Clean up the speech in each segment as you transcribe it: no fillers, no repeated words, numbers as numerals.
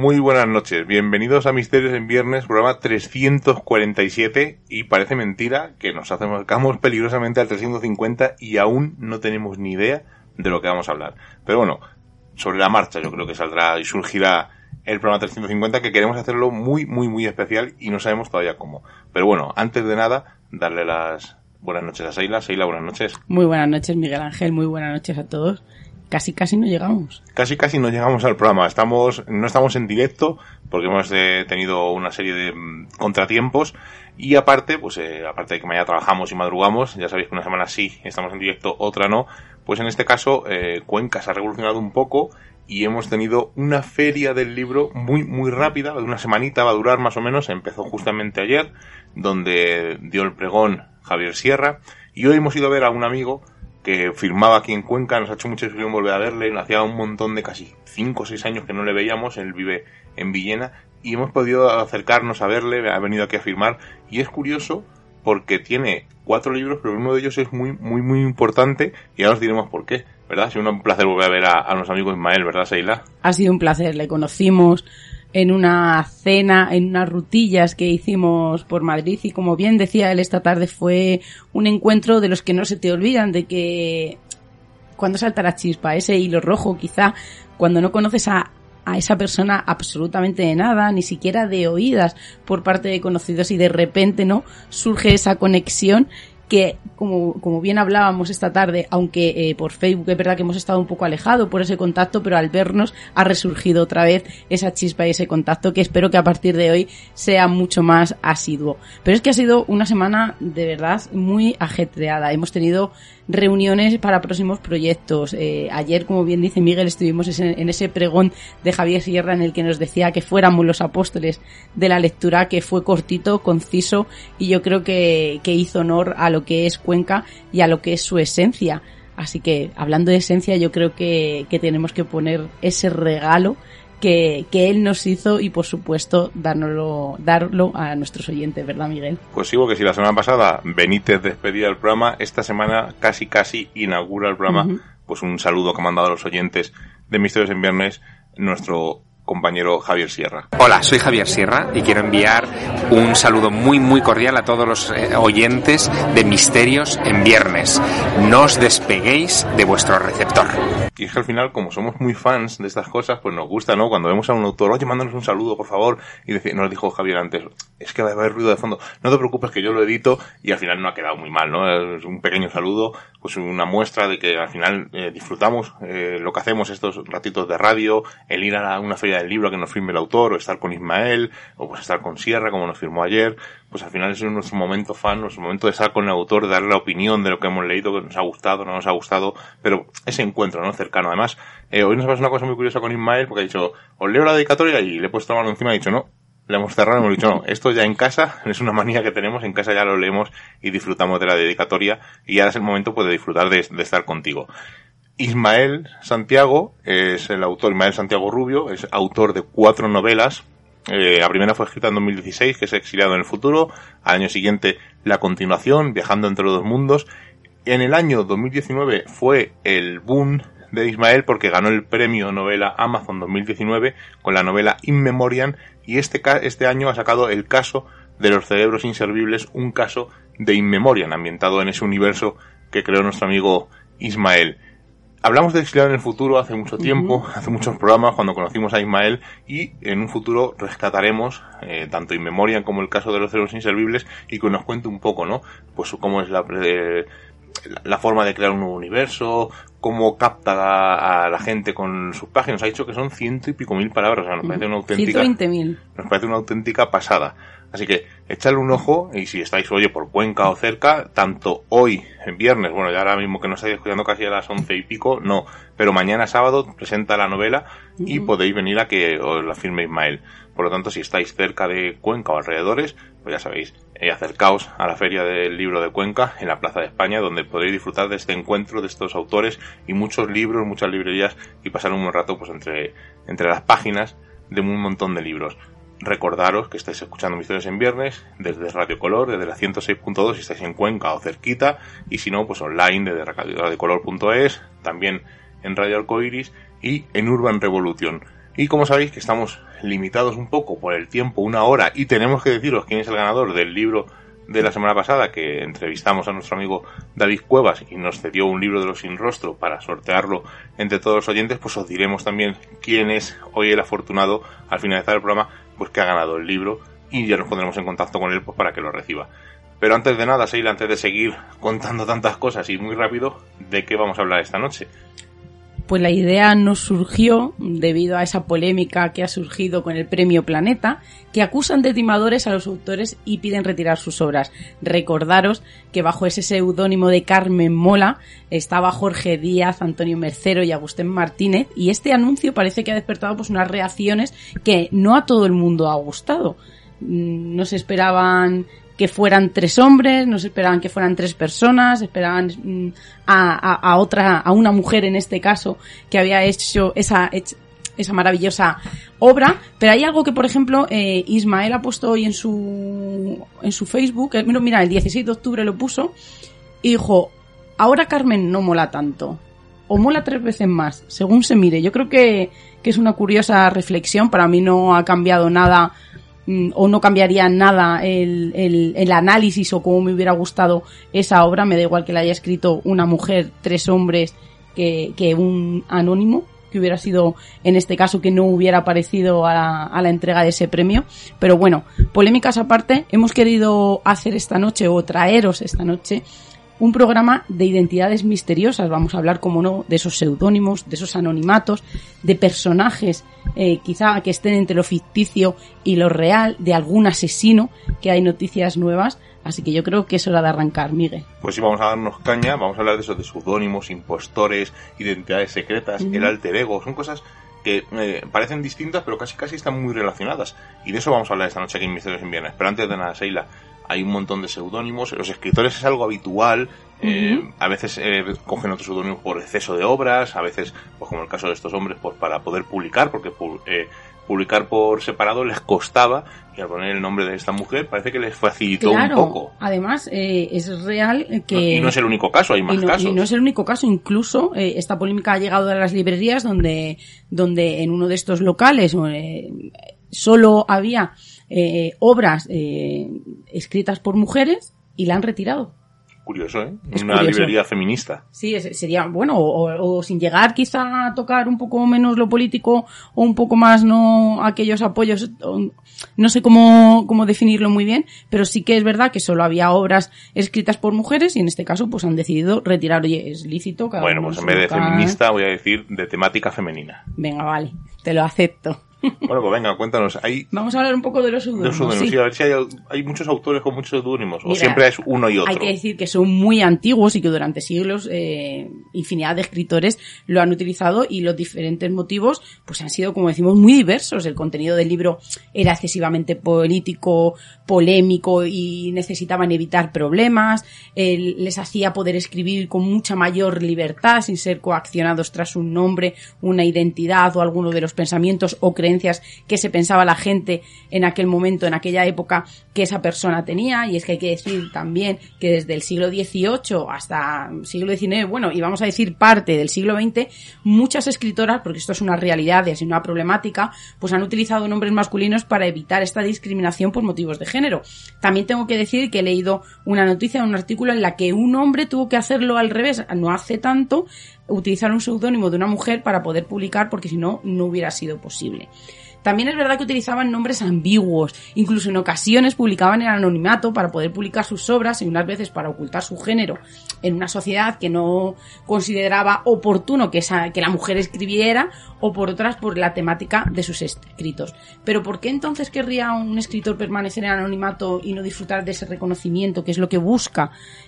Muy buenas noches, bienvenidos a Misterios en Viernes, programa 347, y parece mentira que nos acercamos peligrosamente al 350 y aún no tenemos ni idea de lo que vamos a hablar. Pero bueno, sobre la marcha yo creo que saldrá y surgirá el programa 350, que queremos hacerlo muy especial y no sabemos todavía cómo. Pero bueno, antes de nada, darle las buenas noches a Seila. Seila, buenas noches. Muy buenas noches, Miguel Ángel, muy buenas noches a todos. Casi no llegamos. Casi no llegamos al programa. No estamos en directo porque hemos tenido una serie de contratiempos y aparte de que mañana trabajamos y madrugamos, ya sabéis que una semana sí estamos en directo, otra no, pues en este caso Cuenca se ha revolucionado un poco y hemos tenido una feria del libro muy rápida, de una semanita, va a durar más o menos, empezó justamente ayer, donde dio el pregón Javier Sierra, y hoy hemos ido a ver a un amigo que firmaba aquí en Cuenca. Nos ha hecho mucha ilusión volver a verle, hacía un montón de casi 5 o 6 años que no le veíamos, él vive en Villena, y hemos podido acercarnos a verle, ha venido aquí a firmar, y es curioso porque tiene 4 libros, pero uno de ellos es muy importante, y ahora os diremos por qué, ¿verdad? Ha sido un placer volver a ver a nuestro amigo Ismael, ¿verdad, Seila? Ha sido un placer, le conocimos en una cena, en unas rutillas que hicimos por Madrid, y como bien decía él esta tarde, fue un encuentro de los que no se te olvidan, de que cuando salta la chispa, ese hilo rojo, quizá cuando no conoces a esa persona absolutamente de nada, ni siquiera de oídas por parte de conocidos, y de repente no surge esa conexión que, como bien hablábamos esta tarde, aunque por Facebook es verdad que hemos estado un poco alejados por ese contacto, pero al vernos ha resurgido otra vez esa chispa y ese contacto, que espero que a partir de hoy sea mucho más asiduo. Pero es que ha sido una semana de verdad muy ajetreada. Hemos tenido reuniones para próximos proyectos. Ayer, como bien dice Miguel, estuvimos en ese pregón de Javier Sierra en el que nos decía que fuéramos los apóstoles de la lectura, que fue cortito, conciso, y yo creo que hizo honor a lo que es Cuenca y a lo que es su esencia. Así que, hablando de esencia, yo creo que tenemos que poner ese regalo que él nos hizo y, por supuesto, darlo a nuestros oyentes, ¿verdad, Miguel? Pues sí, porque si la semana pasada Benítez despedía el programa, esta semana casi inaugura el programa. Pues un saludo que ha mandado a los oyentes de Misterios en Viernes nuestro compañero Javier Sierra. Hola, soy Javier Sierra y quiero enviar un saludo muy cordial a todos los oyentes de Misterios en Viernes. No os despeguéis de vuestro receptor. Y es que al final, como somos muy fans de estas cosas, pues nos gusta, ¿no? Cuando vemos a un autor, oye, mándanos un saludo, por favor, y nos dijo Javier antes, es que va a haber ruido de fondo, no te preocupes que yo lo edito, y al final no ha quedado muy mal, ¿no? Es un pequeño saludo, pues una muestra de que al final disfrutamos lo que hacemos, estos ratitos de radio, el ir a una feria del libro a que nos firme el autor, o estar con Ismael, o pues estar con Sierra, como nos firmó ayer. Pues al final ese es nuestro momento fan, nuestro momento de estar con el autor, de darle la opinión de lo que hemos leído, que nos ha gustado, no nos ha gustado, pero ese encuentro, ¿no?, cercano. Además, hoy nos ha pasado una cosa muy curiosa con Ismael, porque ha dicho, os leo la dedicatoria, y le he puesto la mano encima y ha dicho, no, le hemos cerrado, hemos dicho, no, esto ya en casa, es una manía que tenemos, en casa ya lo leemos y disfrutamos de la dedicatoria, y ahora es el momento pues de disfrutar de estar contigo. Ismael Santiago es el autor, Ismael Santiago Rubio, es autor de 4 novelas. La primera fue escrita en 2016, que es Exiliado en el futuro. Al año siguiente, la continuación, Viajando entre los dos mundos. En el año 2019 fue el boom de Ismael porque ganó el premio novela Amazon 2019 con la novela In Memoriam, y este año ha sacado El caso de los cerebros inservibles, un caso de In Memoriam, ambientado en ese universo que creó nuestro amigo Ismael. Hablamos de Exiliado en el futuro hace mucho tiempo, hace muchos programas, cuando conocimos a Ismael, y en un futuro rescataremos tanto In Memoriam como El caso de los cerebros inservibles, y que nos cuente un poco, ¿no? Pues cómo es la forma de crear un nuevo universo, cómo capta a la gente con sus páginas. Ha dicho que son 100 y pico mil palabras, o sea, nos parece una auténtica 120.000. Nos parece una auténtica pasada. Así que echadle un ojo, y si estáis, oye, por Cuenca o cerca, tanto hoy, en viernes, bueno, ya ahora mismo que nos estáis escuchando casi a las 11 y pico, no, pero mañana sábado presenta la novela y podéis venir a que os la firme Ismael. Por lo tanto, si estáis cerca de Cuenca o alrededores, pues ya sabéis, acercaos a la Feria del Libro de Cuenca, en la Plaza de España, donde podréis disfrutar de este encuentro de estos autores y muchos libros, muchas librerías, y pasar un buen rato pues entre las páginas de un montón de libros. Recordaros que estáis escuchando Misterios en Viernes desde Radio Color, desde la 106.2 si estáis en Cuenca o cerquita, y si no, pues online desde radiocolor.es, también en Radio Arcoiris y en Urban Revolution. Y como sabéis que estamos limitados un poco por el tiempo, 1 hora, y tenemos que deciros quién es el ganador del libro de la semana pasada, que entrevistamos a nuestro amigo David Cuevas y nos cedió un libro de los sin rostro para sortearlo entre todos los oyentes, pues os diremos también quién es hoy el afortunado al finalizar el programa, pues que ha ganado el libro, y ya nos pondremos en contacto con él pues para que lo reciba. Pero antes de nada, Seila, antes de seguir contando tantas cosas y muy rápido, ¿de qué vamos a hablar esta noche? Pues la idea nos surgió debido a esa polémica que ha surgido con el Premio Planeta, que acusan de timadores a los autores y piden retirar sus obras. Recordaros que bajo ese seudónimo de Carmen Mola estaba Jorge Díaz, Antonio Mercero y Agustín Martínez, y este anuncio parece que ha despertado pues unas reacciones que no a todo el mundo ha gustado. No se esperaban que fueran 3 hombres, no se esperaban que fueran 3 personas, esperaban a una mujer en este caso que había hecho esa maravillosa obra, pero hay algo que, por ejemplo, Ismael ha puesto hoy en su Facebook, mira, el 16 de octubre lo puso, y dijo, ahora Carmen no mola tanto, o mola 3 veces más, según se mire. Yo creo que es una curiosa reflexión, para mí no ha cambiado nada, o no cambiaría nada el análisis o cómo me hubiera gustado esa obra. Me da igual que la haya escrito una mujer, 3 hombres, que un anónimo, que hubiera sido en este caso que no hubiera aparecido a la entrega de ese premio. Pero bueno, polémicas aparte, hemos querido hacer esta noche, o traeros esta noche, un programa de identidades misteriosas. Vamos a hablar, como no, de esos seudónimos, de esos anonimatos, de personajes quizá que estén entre lo ficticio y lo real, de algún asesino, que hay noticias nuevas. Así que yo creo que es hora de arrancar, Miguel. Pues sí, vamos a darnos caña, vamos a hablar de esos, de seudónimos, impostores, identidades secretas, el alter ego. Son cosas que parecen distintas, pero casi están muy relacionadas. Y de eso vamos a hablar esta noche aquí en Misterios en Viernes. Pero antes de nada, Seila, hay un montón de seudónimos. Los escritores es algo habitual. A veces cogen otros seudónimos por exceso de obras, a veces, pues como el caso de estos hombres, pues para poder publicar, porque publicar por separado les costaba, y al poner el nombre de esta mujer parece que les facilitó un poco. Además, es real que... Y no es el único caso, hay más casos. Y no es el único caso, incluso esta polémica ha llegado a las librerías donde en uno de estos locales solo había obras escritas por mujeres y la han retirado. Curioso, ¿eh? Una librería feminista. Sí, sería, bueno, o sin llegar quizá a tocar un poco menos lo político, o un poco más no aquellos apoyos, no sé cómo definirlo muy bien, pero sí que es verdad que solo había obras escritas por mujeres, y en este caso pues han decidido retirar. Oye, es lícito. Bueno, pues en vez de feminista voy a decir de temática femenina. Venga, vale, te lo acepto. Bueno, pues venga, cuéntanos. Vamos a hablar un poco de los seudónimos. Sí, a ver si hay muchos autores con muchos seudónimos, o siempre es uno y otro. Hay que decir que son muy antiguos y que durante siglos infinidad de escritores lo han utilizado, y los diferentes motivos pues han sido, como decimos, muy diversos. El contenido del libro era excesivamente político, polémico, y necesitaban evitar problemas. Les hacía poder escribir con mucha mayor libertad sin ser coaccionados tras un nombre, una identidad o alguno de los pensamientos o creencias que se pensaba la gente en aquel momento, en aquella época, que esa persona tenía. Y es que hay que decir también que desde el siglo XVIII hasta el siglo XIX, bueno, y vamos a decir parte del siglo XX, muchas escritoras, porque esto es una realidad y es una problemática, pues han utilizado nombres masculinos para evitar esta discriminación por motivos de género. También tengo que decir que he leído una noticia, un artículo en la que un hombre tuvo que hacerlo al revés, no hace tanto, utilizar un seudónimo de una mujer para poder publicar, porque si no, no hubiera sido posible. También es verdad que utilizaban nombres ambiguos, incluso en ocasiones publicaban en anonimato para poder publicar sus obras, y unas veces para ocultar su género en una sociedad que no consideraba oportuno que la mujer escribiera, o por otras por la temática de sus escritos. Pero ¿por qué entonces querría un escritor permanecer en anonimato y no disfrutar de ese reconocimiento, que es lo que buscan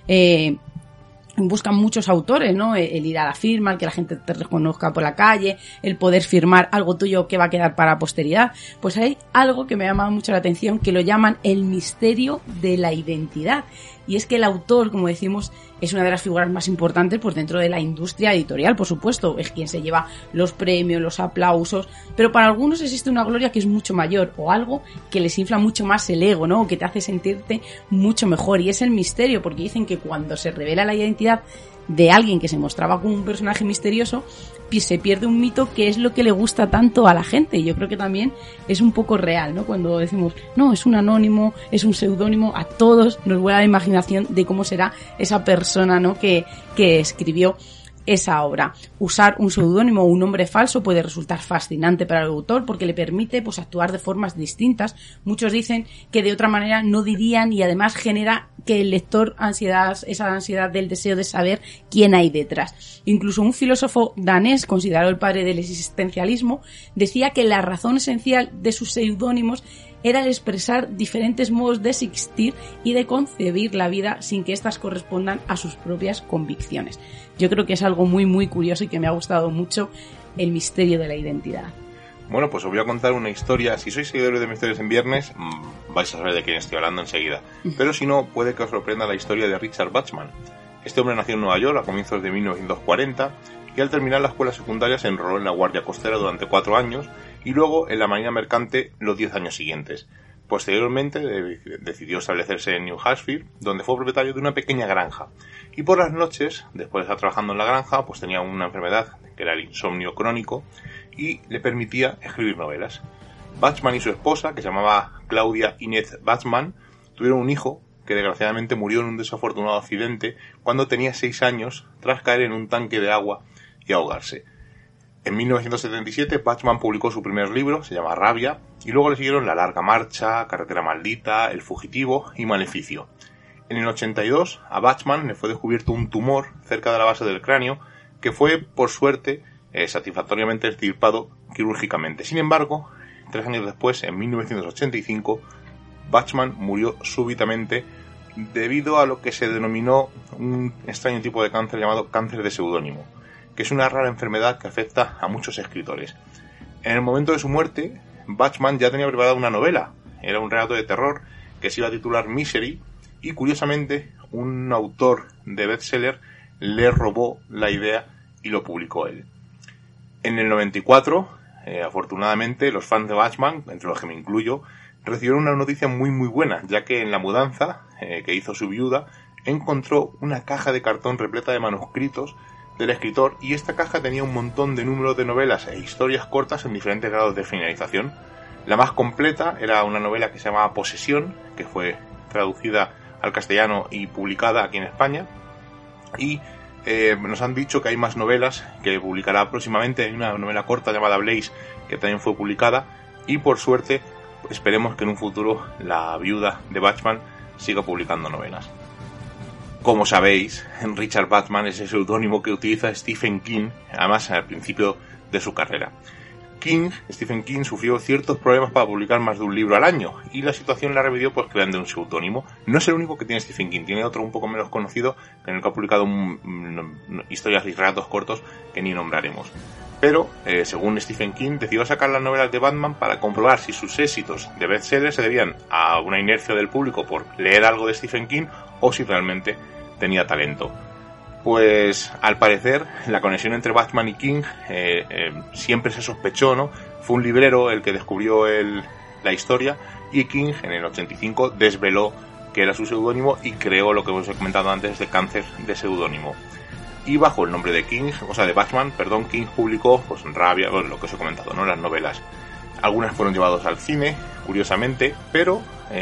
muchos autores, ¿no? El ir a la firma, el que la gente te reconozca por la calle, el poder firmar algo tuyo que va a quedar para la posteridad? Pues hay algo que me ha llamado mucho la atención, que lo llaman el misterio de la identidad. Y es que el autor, como decimos, es una de las figuras más importantes pues dentro de la industria editorial, por supuesto. Es quien se lleva los premios, los aplausos, pero para algunos existe una gloria que es mucho mayor, o algo que les infla mucho más el ego, ¿no? O que te hace sentirte mucho mejor, y es el misterio, porque dicen que cuando se revela la identidad identidad de alguien que se mostraba como un personaje misterioso, se pierde un mito que es lo que le gusta tanto a la gente. Y yo creo que también es un poco real, ¿no? Cuando decimos, no, es un anónimo, es un seudónimo, a todos nos vuela la imaginación de cómo será esa persona, ¿no? que escribió esa obra. Usar un seudónimo o un nombre falso puede resultar fascinante para el autor porque le permite pues actuar de formas distintas. Muchos dicen que de otra manera no dirían, y además genera que el lector esa ansiedad del deseo de saber quién hay detrás. Incluso un filósofo danés, considerado el padre del existencialismo, decía que la razón esencial de sus seudónimos era el expresar diferentes modos de existir y de concebir la vida sin que éstas correspondan a sus propias convicciones. Yo creo que es algo muy muy curioso y que me ha gustado mucho, el misterio de la identidad. Bueno, pues os voy a contar una historia. Si sois seguidores de Misterios en Viernes, vais a saber de quién estoy hablando enseguida. Pero si no, puede que os sorprenda la historia de Richard Bachman. Este hombre nació en Nueva York a comienzos de 1940 y al terminar la escuela secundaria se enroló en la Guardia Costera durante 4 años y luego en la Marina Mercante los 10 años siguientes. Posteriormente decidió establecerse en New Hampshire, donde fue propietario de una pequeña granja. Y por las noches, después de estar trabajando en la granja, pues tenía una enfermedad que era el insomnio crónico y le permitía escribir novelas. Bachman y su esposa, que se llamaba Claudia Inez Bachman, tuvieron un hijo que desgraciadamente murió en un desafortunado accidente cuando tenía 6 años tras caer en un tanque de agua y ahogarse. En 1977 Bachman publicó su primer libro, se llama Rabia, y luego le siguieron La larga marcha, Carretera maldita, El fugitivo y Maleficio. En el 82 a Bachman le fue descubierto un tumor cerca de la base del cráneo que fue, por suerte, satisfactoriamente extirpado quirúrgicamente. Sin embargo, 3 años después, en 1985, Bachman murió súbitamente debido a lo que se denominó un extraño tipo de cáncer llamado cáncer de seudónimo, que es una rara enfermedad que afecta a muchos escritores. En el momento de su muerte, Bachman ya tenía preparada una novela. Era un relato de terror que se iba a titular Misery y, curiosamente, un autor de bestseller le robó la idea y lo publicó él. En el 94, afortunadamente, los fans de Bachman, entre los que me incluyo, recibieron una noticia muy muy buena, ya que en la mudanza que hizo su viuda encontró una caja de cartón repleta de manuscritos del escritor, y esta caja tenía un montón de números de novelas e historias cortas en diferentes grados de finalización. La más completa era una novela que se llamaba Posesión, que fue traducida al castellano y publicada aquí en España, y nos han dicho que hay más novelas que publicará próximamente. Hay una novela corta llamada Blaze que también fue publicada, y por suerte esperemos que en un futuro la viuda de Bachman siga publicando novelas. Como sabéis, Richard Bachman es el seudónimo que utiliza Stephen King, además al principio de su carrera. Stephen King sufrió ciertos problemas para publicar más de un libro al año, y la situación la remedió pues creando un seudónimo. No es el único que tiene Stephen King, tiene otro un poco menos conocido, en el que ha publicado historias y relatos cortos que ni nombraremos. Pero, según Stephen King, decidió sacar las novelas de Batman para comprobar si sus éxitos de bestseller se debían a una inercia del público por leer algo de Stephen King o si realmente tenía talento. Pues al parecer la conexión entre Bachman y King siempre se sospechó, ¿no? Fue un librero el que descubrió la historia, y King en el 85 desveló que era su seudónimo y creó lo que os he comentado antes de cáncer de seudónimo. Y bajo el nombre de de Bachman, King publicó pues Rabia, lo que os he comentado, ¿no? Las novelas. Algunas fueron llevadas al cine, curiosamente, pero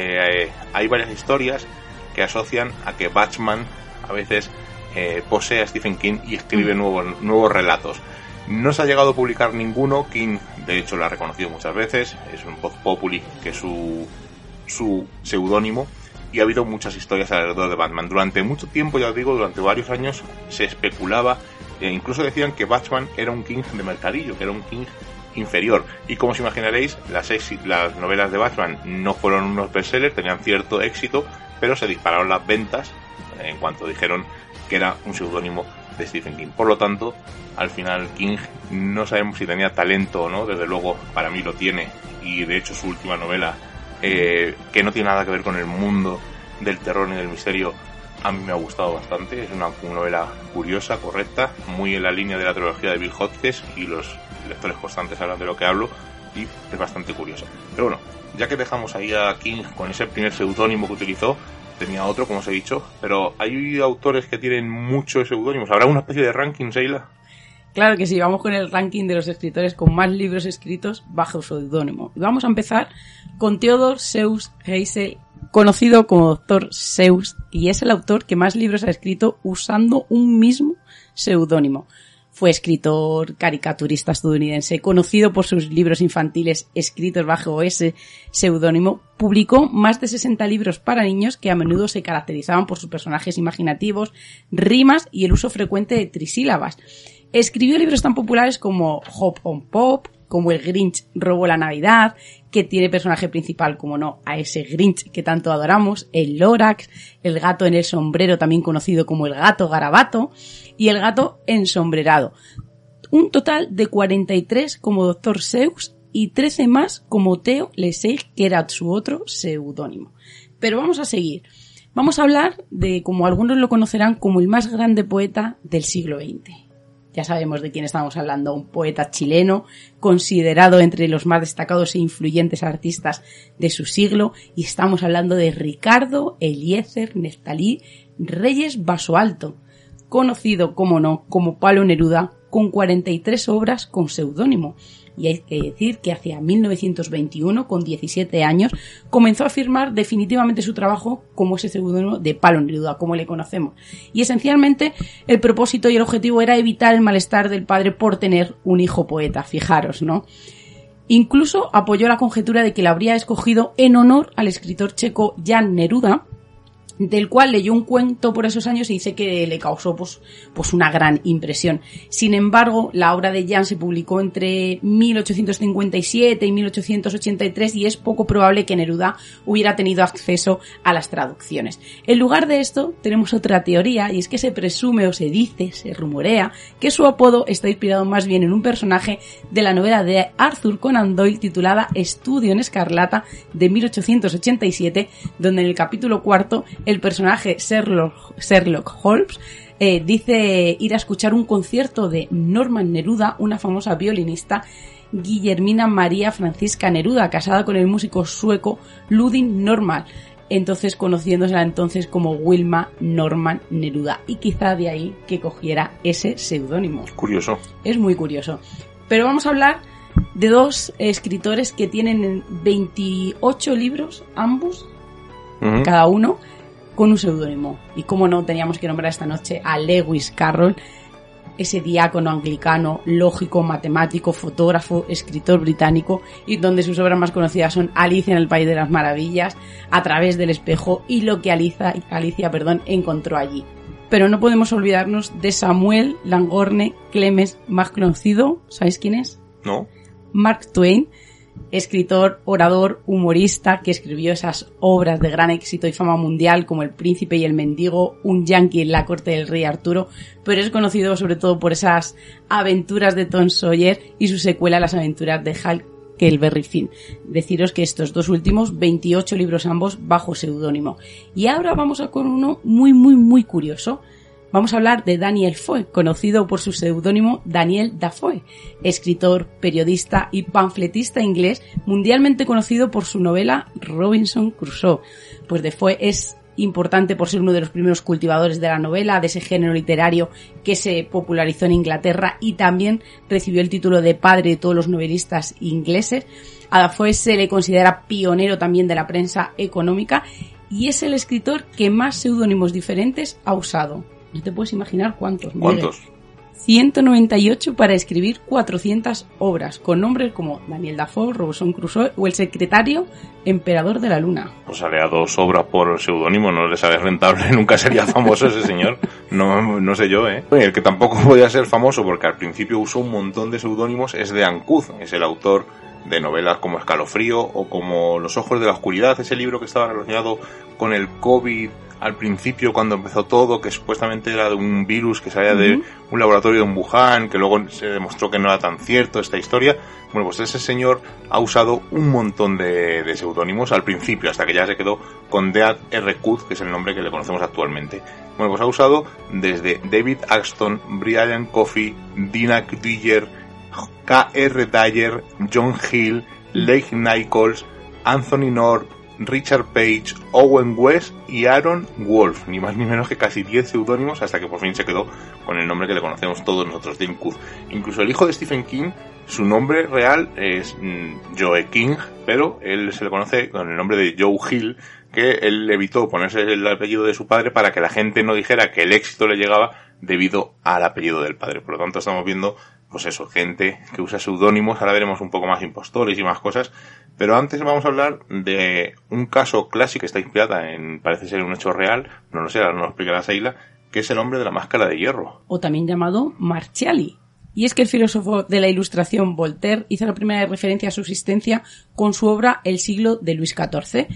hay varias historias que asocian a que Bachman a veces posee a Stephen King y escribe nuevos relatos. No se ha llegado a publicar ninguno. King, de hecho, lo ha reconocido muchas veces. Es un vox populi, que es su seudónimo. Y ha habido muchas historias alrededor de Batman. Durante mucho tiempo, ya os digo, durante varios años, se especulaba, incluso decían que Batman era un King de mercadillo, que era un King inferior. Y como os imaginaréis, las novelas de Batman no fueron unos bestsellers, tenían cierto éxito, pero se dispararon las ventas en cuanto dijeron que era un seudónimo de Stephen King. Por lo tanto, al final King no sabemos si tenía talento o no. Desde luego, para mí lo tiene, y de hecho su última novela, que no tiene nada que ver con el mundo del terror ni del misterio, a mí me ha gustado bastante. Es una novela curiosa, correcta, muy en la línea de la trilogía de Bill Hodges, y los lectores constantes hablan de lo que hablo, y es bastante curiosa. Pero bueno, ya que dejamos ahí a King con ese primer seudónimo que utilizó, tenía otro, como os he dicho, pero hay autores que tienen muchos seudónimos. ¿Habrá una especie de ranking, Sheila? Claro que sí, vamos con el ranking de los escritores con más libros escritos bajo seudónimo. Y vamos a empezar con Theodor Seuss Geisel, conocido como Dr. Seuss, y es el autor que más libros ha escrito usando un mismo seudónimo. Fue escritor, caricaturista estadounidense, conocido por sus libros infantiles escritos bajo ese seudónimo. Publicó más de 60 libros para niños que a menudo se caracterizaban por sus personajes imaginativos, rimas y el uso frecuente de trisílabas. Escribió libros tan populares como Hop on Pop, como El Grinch robó la Navidad, que tiene personaje principal, como no, a ese Grinch que tanto adoramos, el Lorax, el gato en el sombrero, también conocido como el gato garabato, y el gato ensombrerado. Un total de 43 como Dr. Seuss y 13 más como Theo Lesage, que era su otro seudónimo. Pero vamos a seguir. Vamos a hablar de, como algunos lo conocerán, como el más grande poeta del siglo XX. Ya sabemos de quién estamos hablando, un poeta chileno, considerado entre los más destacados e influyentes artistas de su siglo, y estamos hablando de Ricardo Eliezer Neftalí Reyes Basoalto, conocido, como no, como Pablo Neruda, con 43 obras con seudónimo. Y hay que decir que hacia 1921, con 17 años, comenzó a firmar definitivamente su trabajo como ese seudónimo de Pablo Neruda, como le conocemos. Y esencialmente el propósito y el objetivo era evitar el malestar del padre por tener un hijo poeta, fijaros, ¿no? Incluso apoyó la conjetura de que la habría escogido en honor al escritor checo Jan Neruda, del cual leyó un cuento por esos años y dice que le causó pues una gran impresión. Sin embargo, la obra de Jan se publicó entre 1857 y 1883 y es poco probable que Neruda hubiera tenido acceso a las traducciones. En lugar de esto, tenemos otra teoría, y es que se presume o se dice, se rumorea, que su apodo está inspirado más bien en un personaje de la novela de Arthur Conan Doyle titulada Estudio en Escarlata de 1887, donde en el capítulo 4 el personaje Sherlock Holmes dice ir a escuchar un concierto de Norman Neruda, una famosa violinista, Guillermina María Francisca Neruda, casada con el músico sueco Ludwig Norman, entonces conociéndosela entonces como Wilma Norman Neruda, y quizá de ahí que cogiera ese seudónimo. Curioso. Es muy curioso. Pero vamos a hablar de dos escritores que tienen 28 libros, ambos, cada uno, con un seudónimo. Y cómo no, teníamos que nombrar esta noche a Lewis Carroll, ese diácono anglicano, lógico, matemático, fotógrafo, escritor británico, y donde sus obras más conocidas son Alicia en el País de las Maravillas, A través del espejo y lo que Alicia encontró allí. Pero no podemos olvidarnos de Samuel Langhorne Clemens, más conocido, ¿sabéis quién es? No. Mark Twain, escritor, orador, humorista, que escribió esas obras de gran éxito y fama mundial como El Príncipe y el Mendigo, Un Yankee en la corte del rey Arturo, pero es conocido sobre todo por esas aventuras de Tom Sawyer y su secuela Las aventuras de Huckleberry Finn. Deciros que estos dos últimos, 28 libros ambos bajo seudónimo. Y ahora vamos a con uno muy curioso. Vamos a hablar de Daniel Foy, conocido por su seudónimo Daniel Dafoe, escritor, periodista y panfletista inglés mundialmente conocido por su novela Robinson Crusoe. Pues Dafoe es importante por ser uno de los primeros cultivadores de la novela, de ese género literario que se popularizó en Inglaterra, y también recibió el título de padre de todos los novelistas ingleses. A Dafoe se le considera pionero también de la prensa económica y es el escritor que más seudónimos diferentes ha usado. No te puedes imaginar cuántos. ¿Cuántos? 198 para escribir 400 obras, con nombres como Daniel Dafoe, Robinson Crusoe o El secretario emperador de la luna. Pues haría 2 obras por seudónimo, no le sale rentable, nunca sería famoso ese señor. No sé yo, ¿eh? El que tampoco podía ser famoso porque al principio usó un montón de seudónimos es Dean Koontz, es el autor de novelas como Escalofrío o como Los ojos de la oscuridad, ese libro que estaba relacionado con el COVID al principio cuando empezó todo, que supuestamente era de un virus que salía de un laboratorio en Wuhan, que luego se demostró que no era tan cierto esta historia. Bueno, pues ese señor ha usado un montón de seudónimos al principio, hasta que ya se quedó con Dean R. Koontz, que es el nombre que le conocemos actualmente. Bueno, pues ha usado desde David Axton, Brian Coffey, Dina Dwyer, K.R. Dyer, John Hill, Lake Nichols, Anthony North, Richard Page, Owen West y Aaron Wolf, ni más ni menos que casi 10 seudónimos hasta que por fin se quedó con el nombre que le conocemos todos nosotros, Dean Koontz. Incluso el hijo de Stephen King, su nombre real es Joe King, pero él se le conoce con el nombre de Joe Hill, que él evitó ponerse el apellido de su padre para que la gente no dijera que el éxito le llegaba debido al apellido del padre. Por lo tanto estamos viendo, pues eso, gente que usa seudónimos. Ahora veremos un poco más impostores y más cosas, pero antes vamos a hablar de un caso clásico que está inspirada en, parece ser un hecho real, no lo sé, ahora nos lo explicará Seila, que es el hombre de la máscara de hierro. O también llamado Marchiali. Y es que el filósofo de la Ilustración Voltaire hizo la primera referencia a su existencia con su obra El siglo de Luis XIV.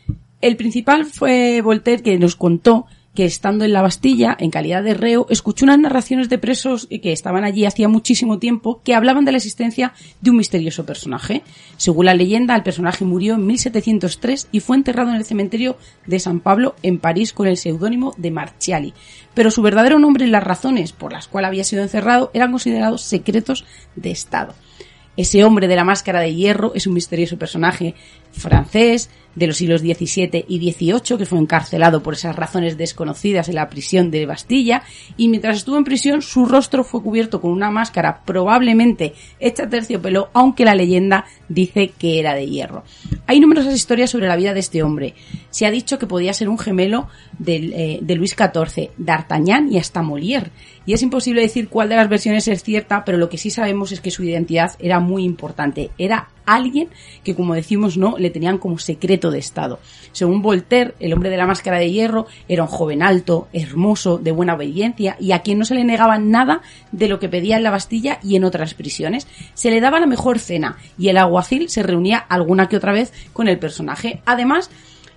El principal fue Voltaire, que nos contó que estando en la Bastilla, en calidad de reo, escuchó unas narraciones de presos que estaban allí hacía muchísimo tiempo que hablaban de la existencia de un misterioso personaje. Según la leyenda, el personaje murió en 1703 y fue enterrado en el cementerio de San Pablo en París con el seudónimo de Marchiali. Pero su verdadero nombre y las razones por las cuales había sido encerrado eran considerados secretos de Estado. Ese hombre de la máscara de hierro es un misterioso personaje francés de los siglos XVII y XVIII que fue encarcelado por esas razones desconocidas en la prisión de Bastilla, y mientras estuvo en prisión su rostro fue cubierto con una máscara probablemente hecha a terciopelo, aunque la leyenda dice que era de hierro. Hay numerosas historias sobre la vida de este hombre. Se ha dicho que podía ser un gemelo de Luis XIV, D'Artagnan y hasta Molière, y es imposible decir cuál de las versiones es cierta, pero lo que sí sabemos es que su identidad era muy importante. Era alguien que, como decimos, no le tenían como secreto de Estado. Según Voltaire, el hombre de la máscara de hierro era un joven alto, hermoso, de buena obediencia y a quien no se le negaba nada de lo que pedía en la Bastilla y en otras prisiones. Se le daba la mejor cena y el alguacil se reunía alguna que otra vez con el personaje. Además,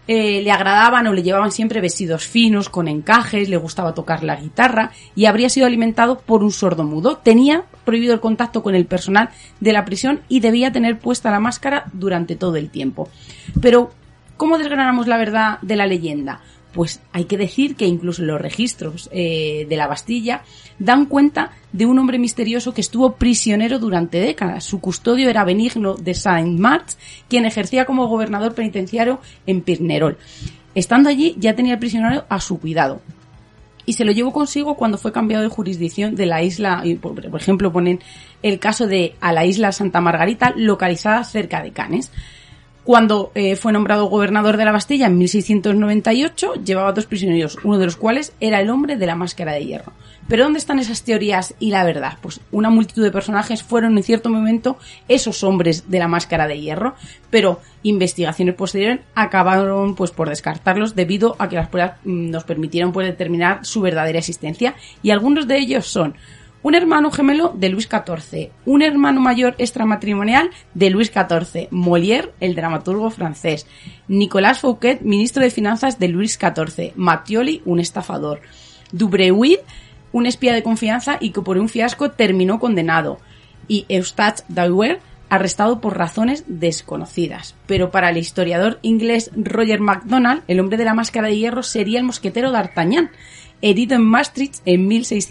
le agradaban o le llevaban siempre vestidos finos, con encajes, le gustaba tocar la guitarra y habría sido alimentado por un sordomudo. Tenía prohibido el contacto con el personal de la prisión y debía tener puesta la máscara durante todo el tiempo. Pero, ¿cómo desgranamos la verdad de la leyenda? Pues hay que decir que incluso los registros de la Bastilla dan cuenta de un hombre misterioso que estuvo prisionero durante décadas. Su custodio era Benigno de Saint-March, quien ejercía como gobernador penitenciario en Pirnerol. Estando allí ya tenía el prisionero a su cuidado y se lo llevó consigo cuando fue cambiado de jurisdicción de la isla. Por ejemplo, ponen el caso de a la isla Santa Margarita, localizada cerca de Cannes. Cuando fue nombrado gobernador de la Bastilla en 1698, llevaba 2 prisioneros, uno de los cuales era el hombre de la máscara de hierro. ¿Pero dónde están esas teorías y la verdad? Pues una multitud de personajes fueron en cierto momento esos hombres de la máscara de hierro, pero investigaciones posteriores acabaron pues por descartarlos debido a que las pruebas nos permitieron pues determinar su verdadera existencia, y algunos de ellos son un hermano gemelo de Luis XIV, un hermano mayor extramatrimonial de Luis XIV, Molière, el dramaturgo francés, Nicolas Fouquet, ministro de Finanzas de Luis XIV, Matthioli, un estafador, Dubreuil, un espía de confianza y que por un fiasco terminó condenado, y Eustache Dauer, arrestado por razones desconocidas. Pero para el historiador inglés Roger MacDonald, el hombre de la máscara de hierro sería el mosquetero D'Artagnan, herido en Maastricht en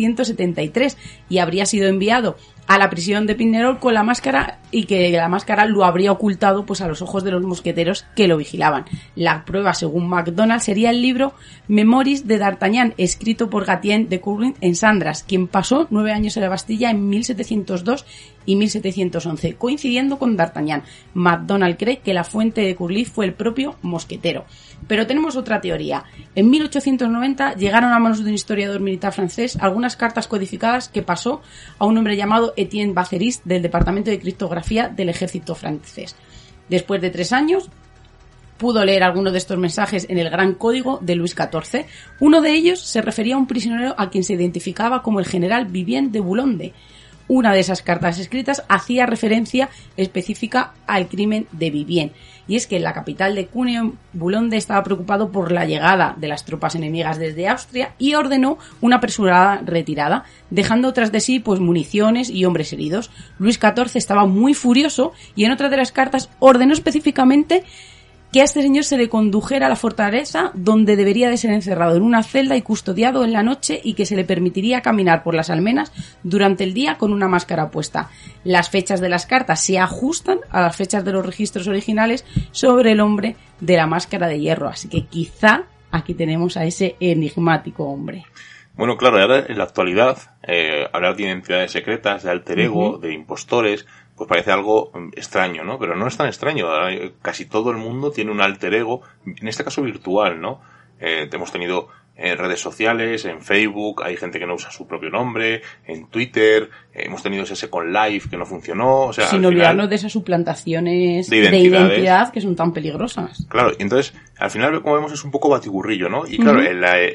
1673, y habría sido enviado a la prisión de Pirnerol con la máscara, y que la máscara lo habría ocultado pues a los ojos de los mosqueteros que lo vigilaban. La prueba, según MacDonald, sería el libro Memories de D'Artagnan, escrito por Gatien de Courland en Sandras, quien pasó 9 años en la Bastilla en 1702 y 1711, coincidiendo con D'Artagnan. MacDonald cree que la fuente de Curly fue el propio mosquetero. Pero tenemos otra teoría. En 1890 llegaron a manos de un historiador militar francés algunas cartas codificadas que pasó a un hombre llamado Etienne Baceris del Departamento de Criptografía del Ejército francés. Después de 3 años, pudo leer algunos de estos mensajes en el Gran Código de Luis XIV. Uno de ellos se refería a un prisionero a quien se identificaba como el general Vivien de Boulogne. Una de esas cartas escritas hacía referencia específica al crimen de Vivien, y es que en la capital de Cuneo, Boulogne estaba preocupado por la llegada de las tropas enemigas desde Austria y ordenó una apresurada retirada, dejando tras de sí pues municiones y hombres heridos. Luis XIV estaba muy furioso y en otra de las cartas ordenó específicamente que a este señor se le condujera a la fortaleza donde debería de ser encerrado en una celda y custodiado en la noche, y que se le permitiría caminar por las almenas durante el día con una máscara puesta. Las fechas de las cartas se ajustan a las fechas de los registros originales sobre el hombre de la máscara de hierro, así que quizá aquí tenemos a ese enigmático hombre. Bueno, claro, ahora en la actualidad hablar de identidades secretas, de alter ego, de impostores, pues parece algo extraño, ¿no? Pero no es tan extraño. Casi todo el mundo tiene un alter ego, en este caso virtual, ¿no? Hemos tenido redes sociales, en Facebook, hay gente que no usa su propio nombre, en Twitter, hemos tenido ese Second Life que no funcionó, o sea... Sin olvidarnos de esas suplantaciones de identidad que son tan peligrosas. Claro, y entonces, al final, como vemos, es un poco batiburrillo, ¿no? Y claro,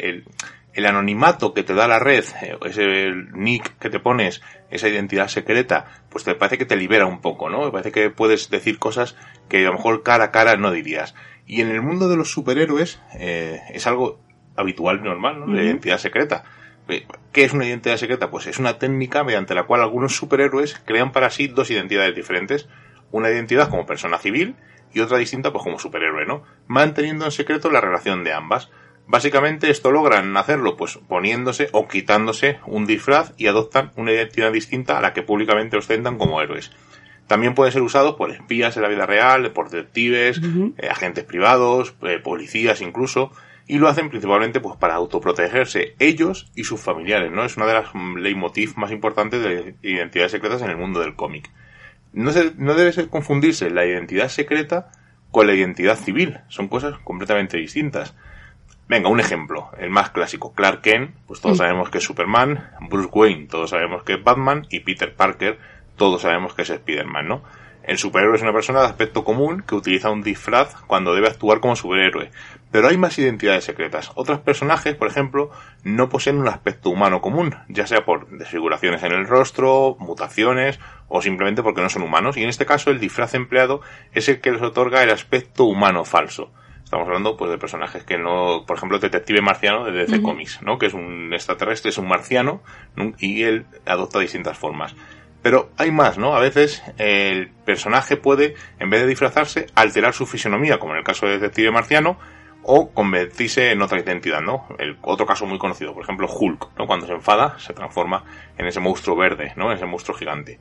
el anonimato que te da la red, ese nick que te pones, esa identidad secreta, pues te parece que te libera un poco, ¿no? Me parece que puedes decir cosas que a lo mejor cara a cara no dirías. Y en el mundo de los superhéroes es algo habitual y normal, ¿no? La identidad secreta. ¿Qué es una identidad secreta? Pues es una técnica mediante la cual algunos superhéroes crean para sí dos identidades diferentes. Una identidad como persona civil y otra distinta pues como superhéroe, ¿no? Manteniendo en secreto la relación de ambas. Básicamente esto logran hacerlo pues poniéndose o quitándose un disfraz y adoptan una identidad distinta a la que públicamente ostentan como héroes. También puede ser usado por espías en la vida real, por detectives, agentes privados, policías incluso, y lo hacen principalmente pues para autoprotegerse ellos y sus familiares, ¿no? Es una de las leitmotiv más importantes de identidades secretas en el mundo del cómic. No debe confundirse la identidad secreta con la identidad civil, son cosas completamente distintas. Venga, un ejemplo, el más clásico, Clark Kent, pues todos sabemos que es Superman, Bruce Wayne, todos sabemos que es Batman, y Peter Parker, todos sabemos que es Spider-Man, ¿no? El superhéroe es una persona de aspecto común que utiliza un disfraz cuando debe actuar como superhéroe. Pero hay más identidades secretas. Otros personajes, por ejemplo, no poseen un aspecto humano común, ya sea por desfiguraciones en el rostro, mutaciones o simplemente porque no son humanos. Y en este caso el disfraz empleado es el que les otorga el aspecto humano falso. Estamos hablando pues de personajes que no, por ejemplo, el detective marciano de DC Comics, ¿no? Que es un extraterrestre, es un marciano, ¿no? Y él adopta distintas formas. Pero hay más, ¿no? A veces el personaje puede, en vez de disfrazarse, alterar su fisonomía, como en el caso del detective marciano, o convertirse en otra identidad, ¿no? El otro caso muy conocido, por ejemplo, Hulk, ¿no? Cuando se enfada, se transforma en ese monstruo verde, ¿no? En ese monstruo gigante.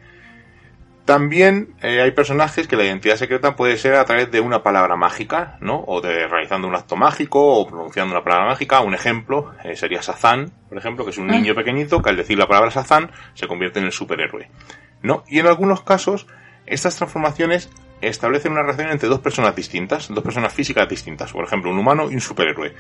También hay personajes que la identidad secreta puede ser a través de una palabra mágica, ¿no? O de realizando un acto mágico o pronunciando una palabra mágica. Un ejemplo sería Shazam, por ejemplo, que es un niño pequeñito que al decir la palabra Shazam se convierte en el superhéroe, ¿no? Y en algunos casos estas transformaciones establecen una relación entre dos personas distintas, dos personas físicas distintas. Por ejemplo, un humano y un superhéroe,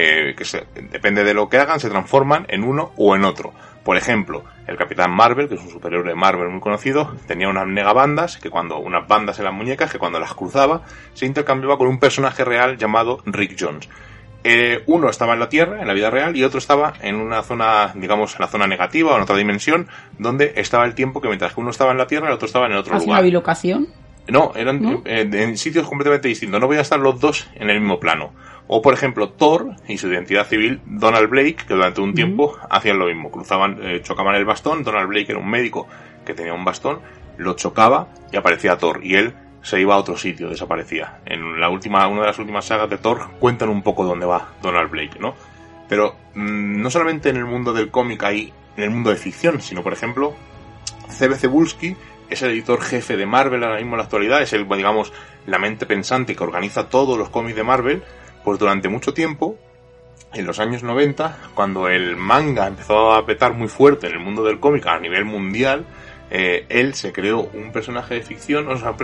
depende de lo que hagan, se transforman en uno o en otro. Por ejemplo, el Capitán Marvel, que es un superhéroe de Marvel muy conocido, tenía unas negabandas, unas bandas en las muñecas que cuando las cruzaba se intercambiaba con un personaje real llamado Rick Jones. Uno estaba en la Tierra, en la vida real, y otro estaba en una zona, digamos, en la zona negativa o en otra dimensión, donde estaba el tiempo que mientras que uno estaba en la Tierra, el otro estaba en el otro lugar. ¿Hace una bilocación? No, eran en sitios completamente distintos. No podían estar los dos en el mismo plano. O, por ejemplo, Thor y su identidad civil, Donald Blake, que durante un tiempo hacían lo mismo. Chocaban el bastón. Donald Blake era un médico que tenía un bastón, lo chocaba y aparecía Thor. Y él se iba a otro sitio, desaparecía. En una de las últimas sagas de Thor cuentan un poco dónde va Donald Blake, ¿no? Pero no solamente en el mundo del cómic hay, en el mundo de ficción, sino, por ejemplo, C.B. Cebulski es el editor jefe de Marvel ahora mismo en la actualidad, es el, digamos, la mente pensante que organiza todos los cómics de Marvel. Pues durante mucho tiempo, en los años 90, cuando el manga empezó a petar muy fuerte en el mundo del cómic a nivel mundial, él se creó un personaje de ficción,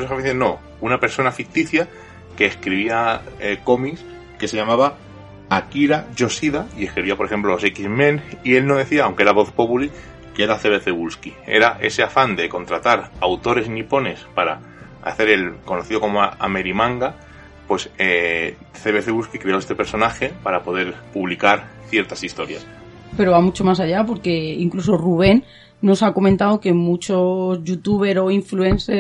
una persona ficticia que escribía cómics que se llamaba Akira Yoshida y escribía, por ejemplo, los X-Men, y él no decía, aunque era voz populi, que era C.B. Cebulski. Era ese afán de contratar autores nipones para hacer el conocido como Amerimanga. Pues C.B. Cebulski creó este personaje para poder publicar ciertas historias. Pero va mucho más allá, porque incluso Rubén nos ha comentado que muchos youtubers o influencers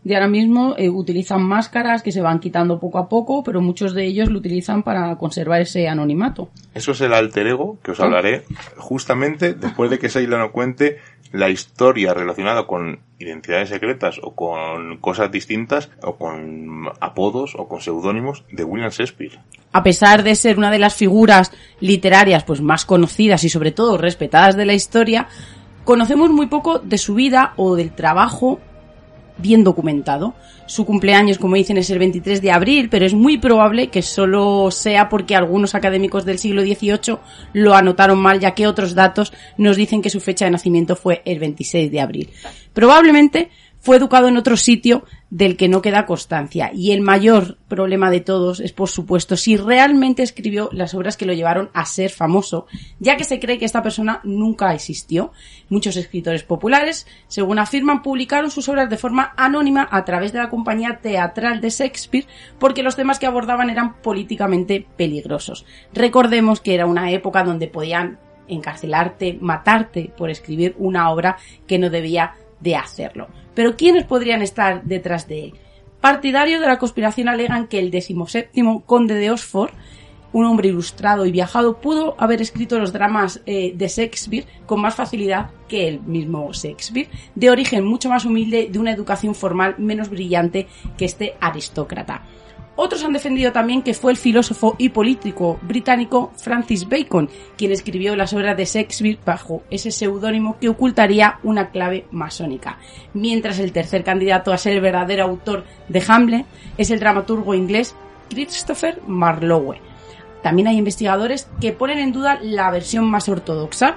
de ahora mismo utilizan máscaras que se van quitando poco a poco, pero muchos de ellos lo utilizan para conservar ese anonimato. Eso es el alter ego que os hablaré justamente después de que Seila nos cuente la historia relacionada con identidades secretas o con cosas distintas o con apodos o con seudónimos de William Shakespeare. A pesar de ser una de las figuras literarias pues más conocidas y sobre todo respetadas de la historia, conocemos muy poco de su vida o del trabajo bien documentado. Su cumpleaños, como dicen, es el 23 de abril, pero es muy probable que solo sea porque algunos académicos del siglo XVIII lo anotaron mal, ya que otros datos nos dicen que su fecha de nacimiento fue el 26 de abril. Probablemente fue educado en otro sitio del que no queda constancia, y el mayor problema de todos es, por supuesto, si realmente escribió las obras que lo llevaron a ser famoso, ya que se cree que esta persona nunca existió. Muchos escritores populares, según afirman, publicaron sus obras de forma anónima a través de la compañía teatral de Shakespeare, porque los temas que abordaban eran políticamente peligrosos. Recordemos que era una época donde podían encarcelarte, matarte por escribir una obra que no debía de hacerlo. Pero ¿quiénes podrían estar detrás de él? Partidarios de la conspiración alegan que el 17º conde de Oxford, un hombre ilustrado y viajado, pudo haber escrito los dramas de Shakespeare con más facilidad que el mismo Shakespeare, de origen mucho más humilde, de una educación formal menos brillante que este aristócrata. Otros han defendido también que fue el filósofo y político británico Francis Bacon quien escribió las obras de Shakespeare bajo ese seudónimo que ocultaría una clave masónica. Mientras el tercer candidato a ser el verdadero autor de Hamlet es el dramaturgo inglés Christopher Marlowe. También hay investigadores que ponen en duda la versión más ortodoxa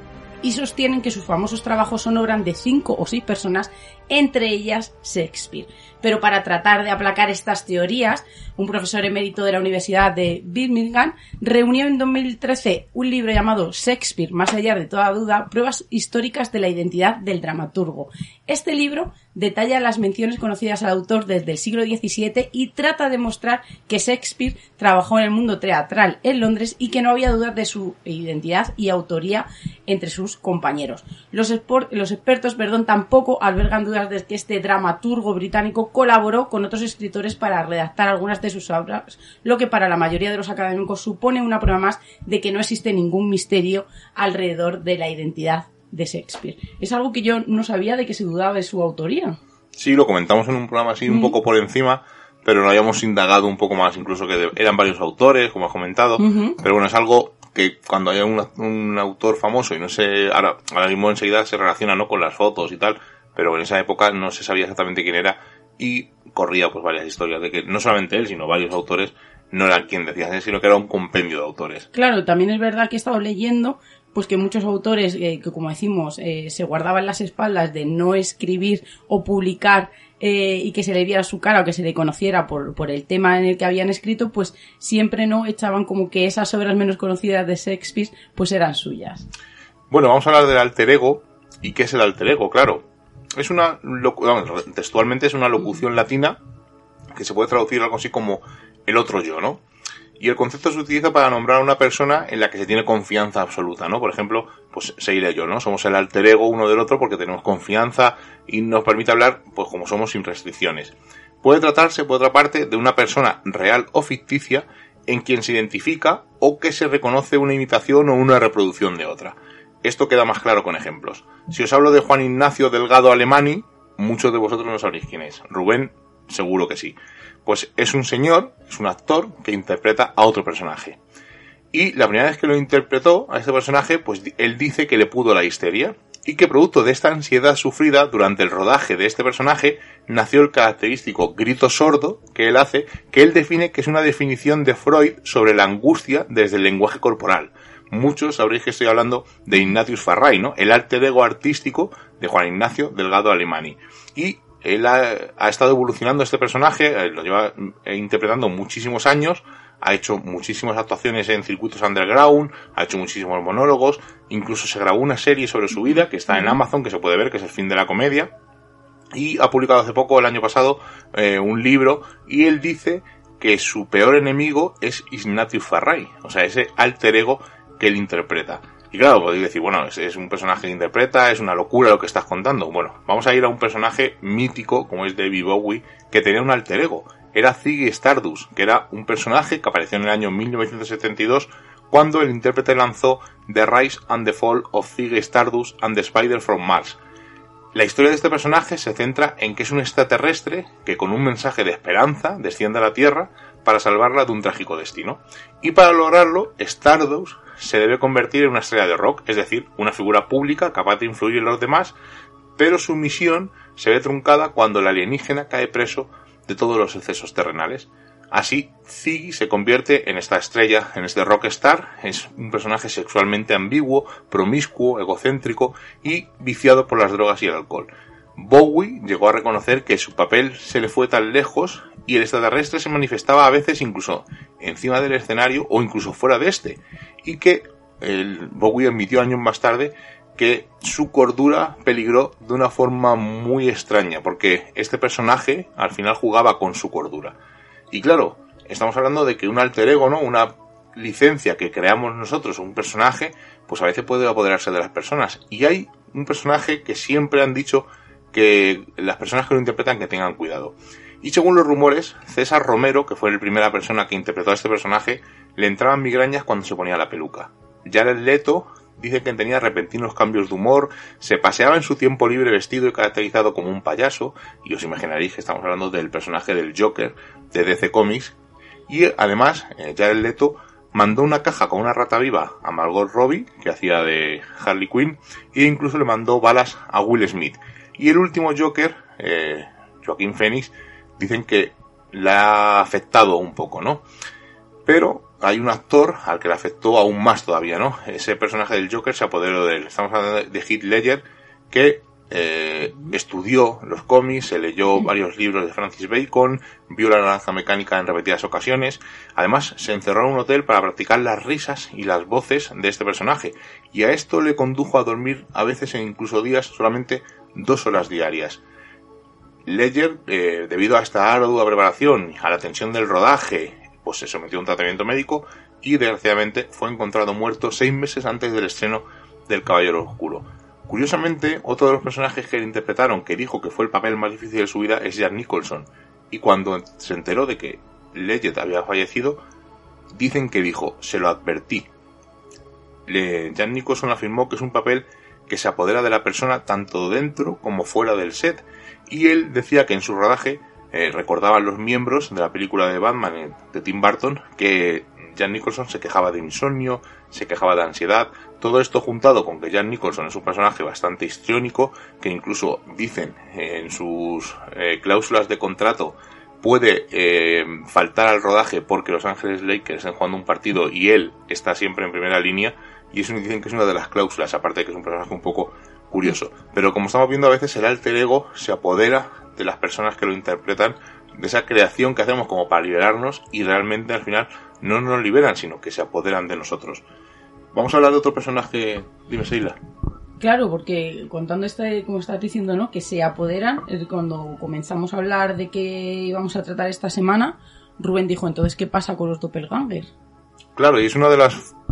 y sostienen que sus famosos trabajos son obras de 5 o 6 personas, entre ellas Shakespeare. Pero para tratar de aplacar estas teorías, un profesor emérito de la Universidad de Birmingham reunió en 2013 un libro llamado Shakespeare, más allá de toda duda, pruebas históricas de la identidad del dramaturgo. Este libro detalla las menciones conocidas al autor desde el siglo XVII y trata de mostrar que Shakespeare trabajó en el mundo teatral en Londres y que no había dudas de su identidad y autoría entre sus compañeros. Los expertos tampoco albergan dudas de que este dramaturgo británico colaboró con otros escritores para redactar algunas de sus obras, lo que para la mayoría de los académicos supone una prueba más de que no existe ningún misterio alrededor de la identidad de Shakespeare. Es algo que yo no sabía, de que se dudaba de su autoría. Sí, lo comentamos en un programa así un poco por encima, pero no habíamos indagado un poco más, incluso que eran varios autores, como has comentado, pero bueno, es algo que cuando hay un autor famoso y no sé, ahora mismo enseguida se relaciona, ¿no?, con las fotos y tal, pero en esa época no se sabía exactamente quién era y corría pues varias historias de que no solamente él, sino varios autores no eran quien decían, sino que era un compendio de autores. Claro, también es verdad que he estado leyendo pues que muchos autores que como decimos se guardaban las espaldas de no escribir o publicar y que se le viera su cara o que se le conociera por el tema en el que habían escrito, pues siempre no echaban como que esas obras menos conocidas de Shakespeare pues eran suyas. Bueno, vamos a hablar del alter ego. ¿Y qué es el alter ego? Claro, es textualmente es una locución latina que se puede traducir algo así como el otro yo, ¿no? Y el concepto se utiliza para nombrar a una persona en la que se tiene confianza absoluta, ¿no? Por ejemplo, pues Seila y yo, ¿no? Somos el alter ego uno del otro porque tenemos confianza y nos permite hablar, pues como somos, sin restricciones. Puede tratarse, por otra parte, de una persona real o ficticia en quien se identifica o que se reconoce una imitación o una reproducción de otra. Esto queda más claro con ejemplos. Si os hablo de Juan Ignacio Delgado Alemany, muchos de vosotros no sabréis quién es. Rubén, seguro que sí. Pues es un señor, es un actor que interpreta a otro personaje. Y la primera vez que lo interpretó a este personaje, pues él dice que le pudo la histeria y que producto de esta ansiedad sufrida durante el rodaje de este personaje nació el característico grito sordo que él hace, que él define que es una definición de Freud sobre la angustia desde el lenguaje corporal. Muchos sabréis que estoy hablando de Ignatius Farray, ¿no? El alter ego artístico de Juan Ignacio Delgado Alemany. Y él ha estado evolucionando este personaje, lo lleva interpretando muchísimos años, ha hecho muchísimas actuaciones en circuitos underground, ha hecho muchísimos monólogos, incluso se grabó una serie sobre su vida que está en Amazon, que se puede ver, que es El fin de la comedia, y ha publicado hace poco, el año pasado, un libro, y él dice que su peor enemigo es Ignatius Farray, o sea, ese alter ego que él interpreta. Y claro, podéis decir, bueno, es un personaje que interpreta, es una locura lo que estás contando. Bueno, vamos a ir a un personaje mítico como es David Bowie, que tenía un alter ego. Era Ziggy Stardust, que era un personaje que apareció en el año 1972 cuando el intérprete lanzó The Rise and the Fall of Ziggy Stardust and the Spider from Mars. La historia de este personaje se centra en que es un extraterrestre que con un mensaje de esperanza desciende a la Tierra para salvarla de un trágico destino. Y para lograrlo, Stardust se debe convertir en una estrella de rock, es decir, una figura pública capaz de influir en los demás, pero su misión se ve truncada cuando el alienígena cae preso de todos los excesos terrenales. Así, Ziggy se convierte en esta estrella, en este rockstar. Es un personaje sexualmente ambiguo, promiscuo, egocéntrico y viciado por las drogas y el alcohol. Bowie llegó a reconocer que su papel se le fue tan lejos y el extraterrestre se manifestaba a veces incluso encima del escenario o incluso fuera de este, y que Bowie admitió años más tarde que su cordura peligró de una forma muy extraña, porque este personaje al final jugaba con su cordura. Y claro, estamos hablando de que un alter ego, ¿no? Una licencia que creamos nosotros, un personaje, pues a veces puede apoderarse de las personas. Y hay un personaje que siempre han dicho que las personas que lo interpretan que tengan cuidado. Y según los rumores, César Romero, que fue la primera persona que interpretó a este personaje, le entraban migrañas cuando se ponía la peluca. Jared Leto dice que tenía repentinos cambios de humor, se paseaba en su tiempo libre vestido y caracterizado como un payaso, y os imaginaréis que estamos hablando del personaje del Joker de DC Comics, y además Jared Leto mandó una caja con una rata viva a Margot Robbie, que hacía de Harley Quinn, e incluso le mandó balas a Will Smith. Y el último Joker, Joaquín Phoenix, dicen que le ha afectado un poco, ¿no? Pero hay un actor al que le afectó aún más todavía, ¿no? Ese personaje del Joker se apoderó de él. Estamos hablando de Heath Ledger, que estudió los cómics, se leyó varios libros de Francis Bacon, vio la naranja mecánica en repetidas ocasiones. Además, se encerró en un hotel para practicar las risas y las voces de este personaje. Y a esto le condujo a dormir a veces en incluso días solamente 2 horas diarias. Ledger, debido a esta ardua preparación, a la tensión del rodaje, pues se sometió a un tratamiento médico y desgraciadamente fue encontrado muerto 6 meses antes del estreno del Caballero Oscuro. Curiosamente, otro de los personajes que le interpretaron, que dijo que fue el papel más difícil de su vida, es Jack Nicholson. Y cuando se enteró de que Ledger había fallecido, dicen que dijo, se lo advertí. Jack Nicholson afirmó que es un papel que se apodera de la persona tanto dentro como fuera del set. Y él decía que en su rodaje recordaban los miembros de la película de Batman de Tim Burton que Jack Nicholson se quejaba de insomnio, se quejaba de ansiedad. Todo esto juntado con que Jack Nicholson es un personaje bastante histriónico, que incluso dicen en sus cláusulas de contrato puede faltar al rodaje porque Los Ángeles Lakers están jugando un partido y él está siempre en primera línea, y eso dicen que es una de las cláusulas, aparte de que es un personaje un poco curioso. Pero como estamos viendo, a veces el alter ego se apodera de las personas que lo interpretan, de esa creación que hacemos como para liberarnos, y realmente al final no nos liberan, sino que se apoderan de nosotros. Vamos a hablar de otro personaje. Dime, Seila. Claro, porque contando como estás diciendo, ¿no? Que se apoderan, cuando comenzamos a hablar de qué íbamos a tratar esta semana, Rubén dijo, entonces, ¿qué pasa con los doppelgangers? Claro, y es una de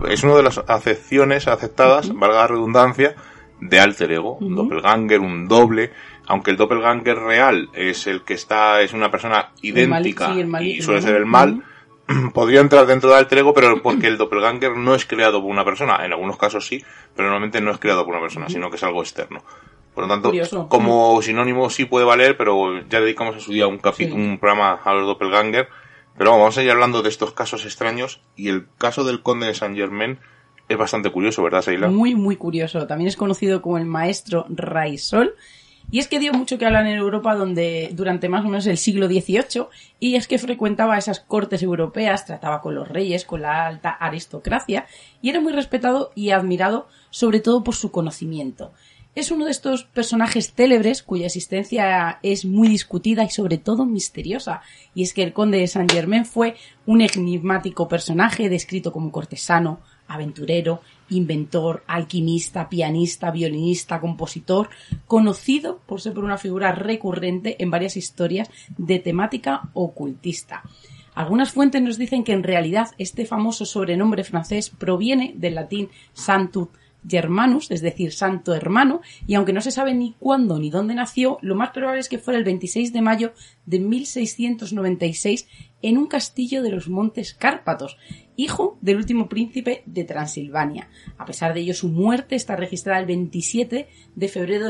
las acepciones aceptadas, valga la redundancia, de alter ego. Un doppelganger, un doble, aunque el doppelganger real es el que es una persona idéntica y suele ser el mal, podría entrar dentro del alter ego, pero porque el doppelganger no es creado por una persona. En algunos casos sí, pero normalmente no es creado por una persona, sino que es algo externo. Por lo tanto, curioso. Como sinónimo sí puede valer, pero ya dedicamos a su día un programa a los doppelganger. Pero vamos a ir hablando de estos casos extraños, y el caso del conde de Saint-Germain es bastante curioso, ¿verdad, Seila? Muy, muy curioso. También es conocido como el maestro Raisol. Y es que dio mucho que hablar en Europa durante más o menos el siglo XVIII, y es que frecuentaba esas cortes europeas, trataba con los reyes, con la alta aristocracia, y era muy respetado y admirado sobre todo por su conocimiento. Es uno de estos personajes célebres cuya existencia es muy discutida y sobre todo misteriosa, y es que el conde de Saint-Germain fue un enigmático personaje descrito como cortesano, aventurero, inventor, alquimista, pianista, violinista, compositor, conocido por ser una figura recurrente en varias historias de temática ocultista. Algunas fuentes nos dicen que en realidad este famoso sobrenombre francés proviene del latín sanctus Germanus, es decir, santo hermano, y aunque no se sabe ni cuándo ni dónde nació, lo más probable es que fuera el 26 de mayo de 1696 en un castillo de los Montes Cárpatos, hijo del último príncipe de Transilvania. A pesar de ello, su muerte está registrada el 27 de febrero de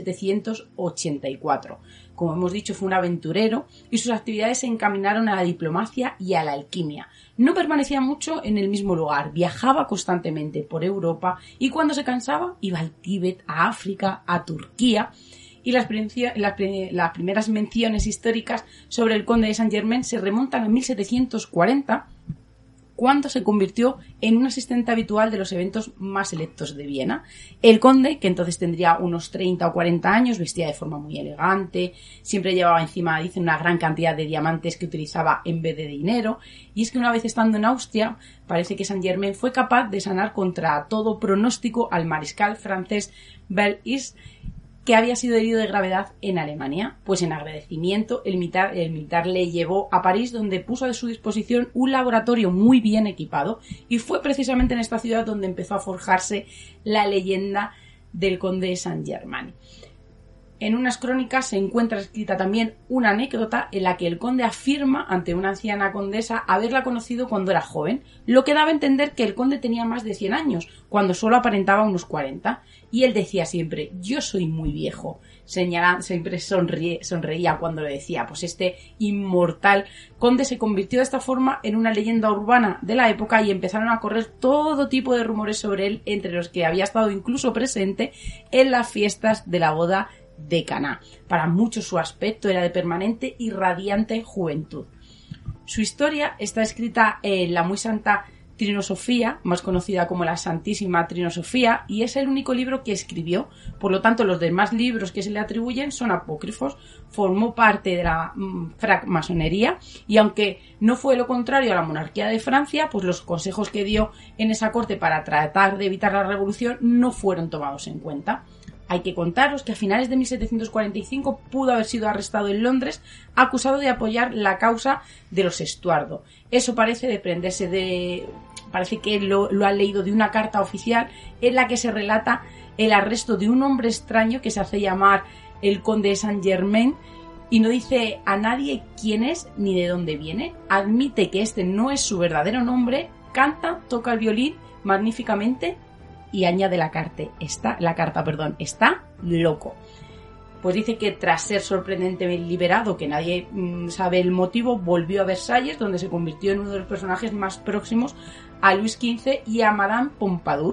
1784. Como hemos dicho, fue un aventurero y sus actividades se encaminaron a la diplomacia y a la alquimia. No permanecía mucho en el mismo lugar, viajaba constantemente por Europa y cuando se cansaba iba al Tíbet, a África, a Turquía. Y las primeras menciones históricas sobre el conde de Saint-Germain se remontan a 1740, cuando se convirtió en un asistente habitual de los eventos más selectos de Viena. El conde, que entonces tendría unos 30 o 40 años, vestía de forma muy elegante, siempre llevaba encima, dicen, una gran cantidad de diamantes que utilizaba en vez de dinero, y es que una vez estando en Austria, parece que Saint-Germain fue capaz de sanar contra todo pronóstico al mariscal francés Belle-Is, que había sido herido de gravedad en Alemania. Pues en agradecimiento el militar le llevó a París, donde puso a su disposición un laboratorio muy bien equipado, y fue precisamente en esta ciudad donde empezó a forjarse la leyenda del conde de Saint-Germain. En unas crónicas se encuentra escrita también una anécdota en la que el conde afirma ante una anciana condesa haberla conocido cuando era joven, lo que daba a entender que el conde tenía más de 100 años, cuando solo aparentaba unos 40, y él decía siempre: yo soy muy viejo. Siempre sonreía cuando lo decía. Pues este inmortal conde se convirtió de esta forma en una leyenda urbana de la época y empezaron a correr todo tipo de rumores sobre él, entre los que había estado incluso presente en las fiestas de la boda de Caná. Para muchos su aspecto era de permanente y radiante juventud. Su historia está escrita en la muy santa Trinosofía, más conocida como la Santísima Trinosofía, y es el único libro que escribió. Por lo tanto, los demás libros que se le atribuyen son apócrifos. Formó parte de la francmasonería, y aunque no fue lo contrario a la monarquía de Francia, pues los consejos que dio en esa corte para tratar de evitar la revolución no fueron tomados en cuenta. Hay que contaros que a finales de 1745 pudo haber sido arrestado en Londres, acusado de apoyar la causa de los Estuardo. Eso parece que lo ha leído de una carta oficial en la que se relata el arresto de un hombre extraño que se hace llamar el conde de Saint-Germain, y no dice a nadie quién es ni de dónde viene. Admite que este no es su verdadero nombre, canta, toca el violín magníficamente, y añade la carta, está loco. Pues dice que tras ser sorprendentemente liberado, que nadie sabe el motivo, volvió a Versalles, donde se convirtió en uno de los personajes más próximos a Luis XV y a Madame Pompadour.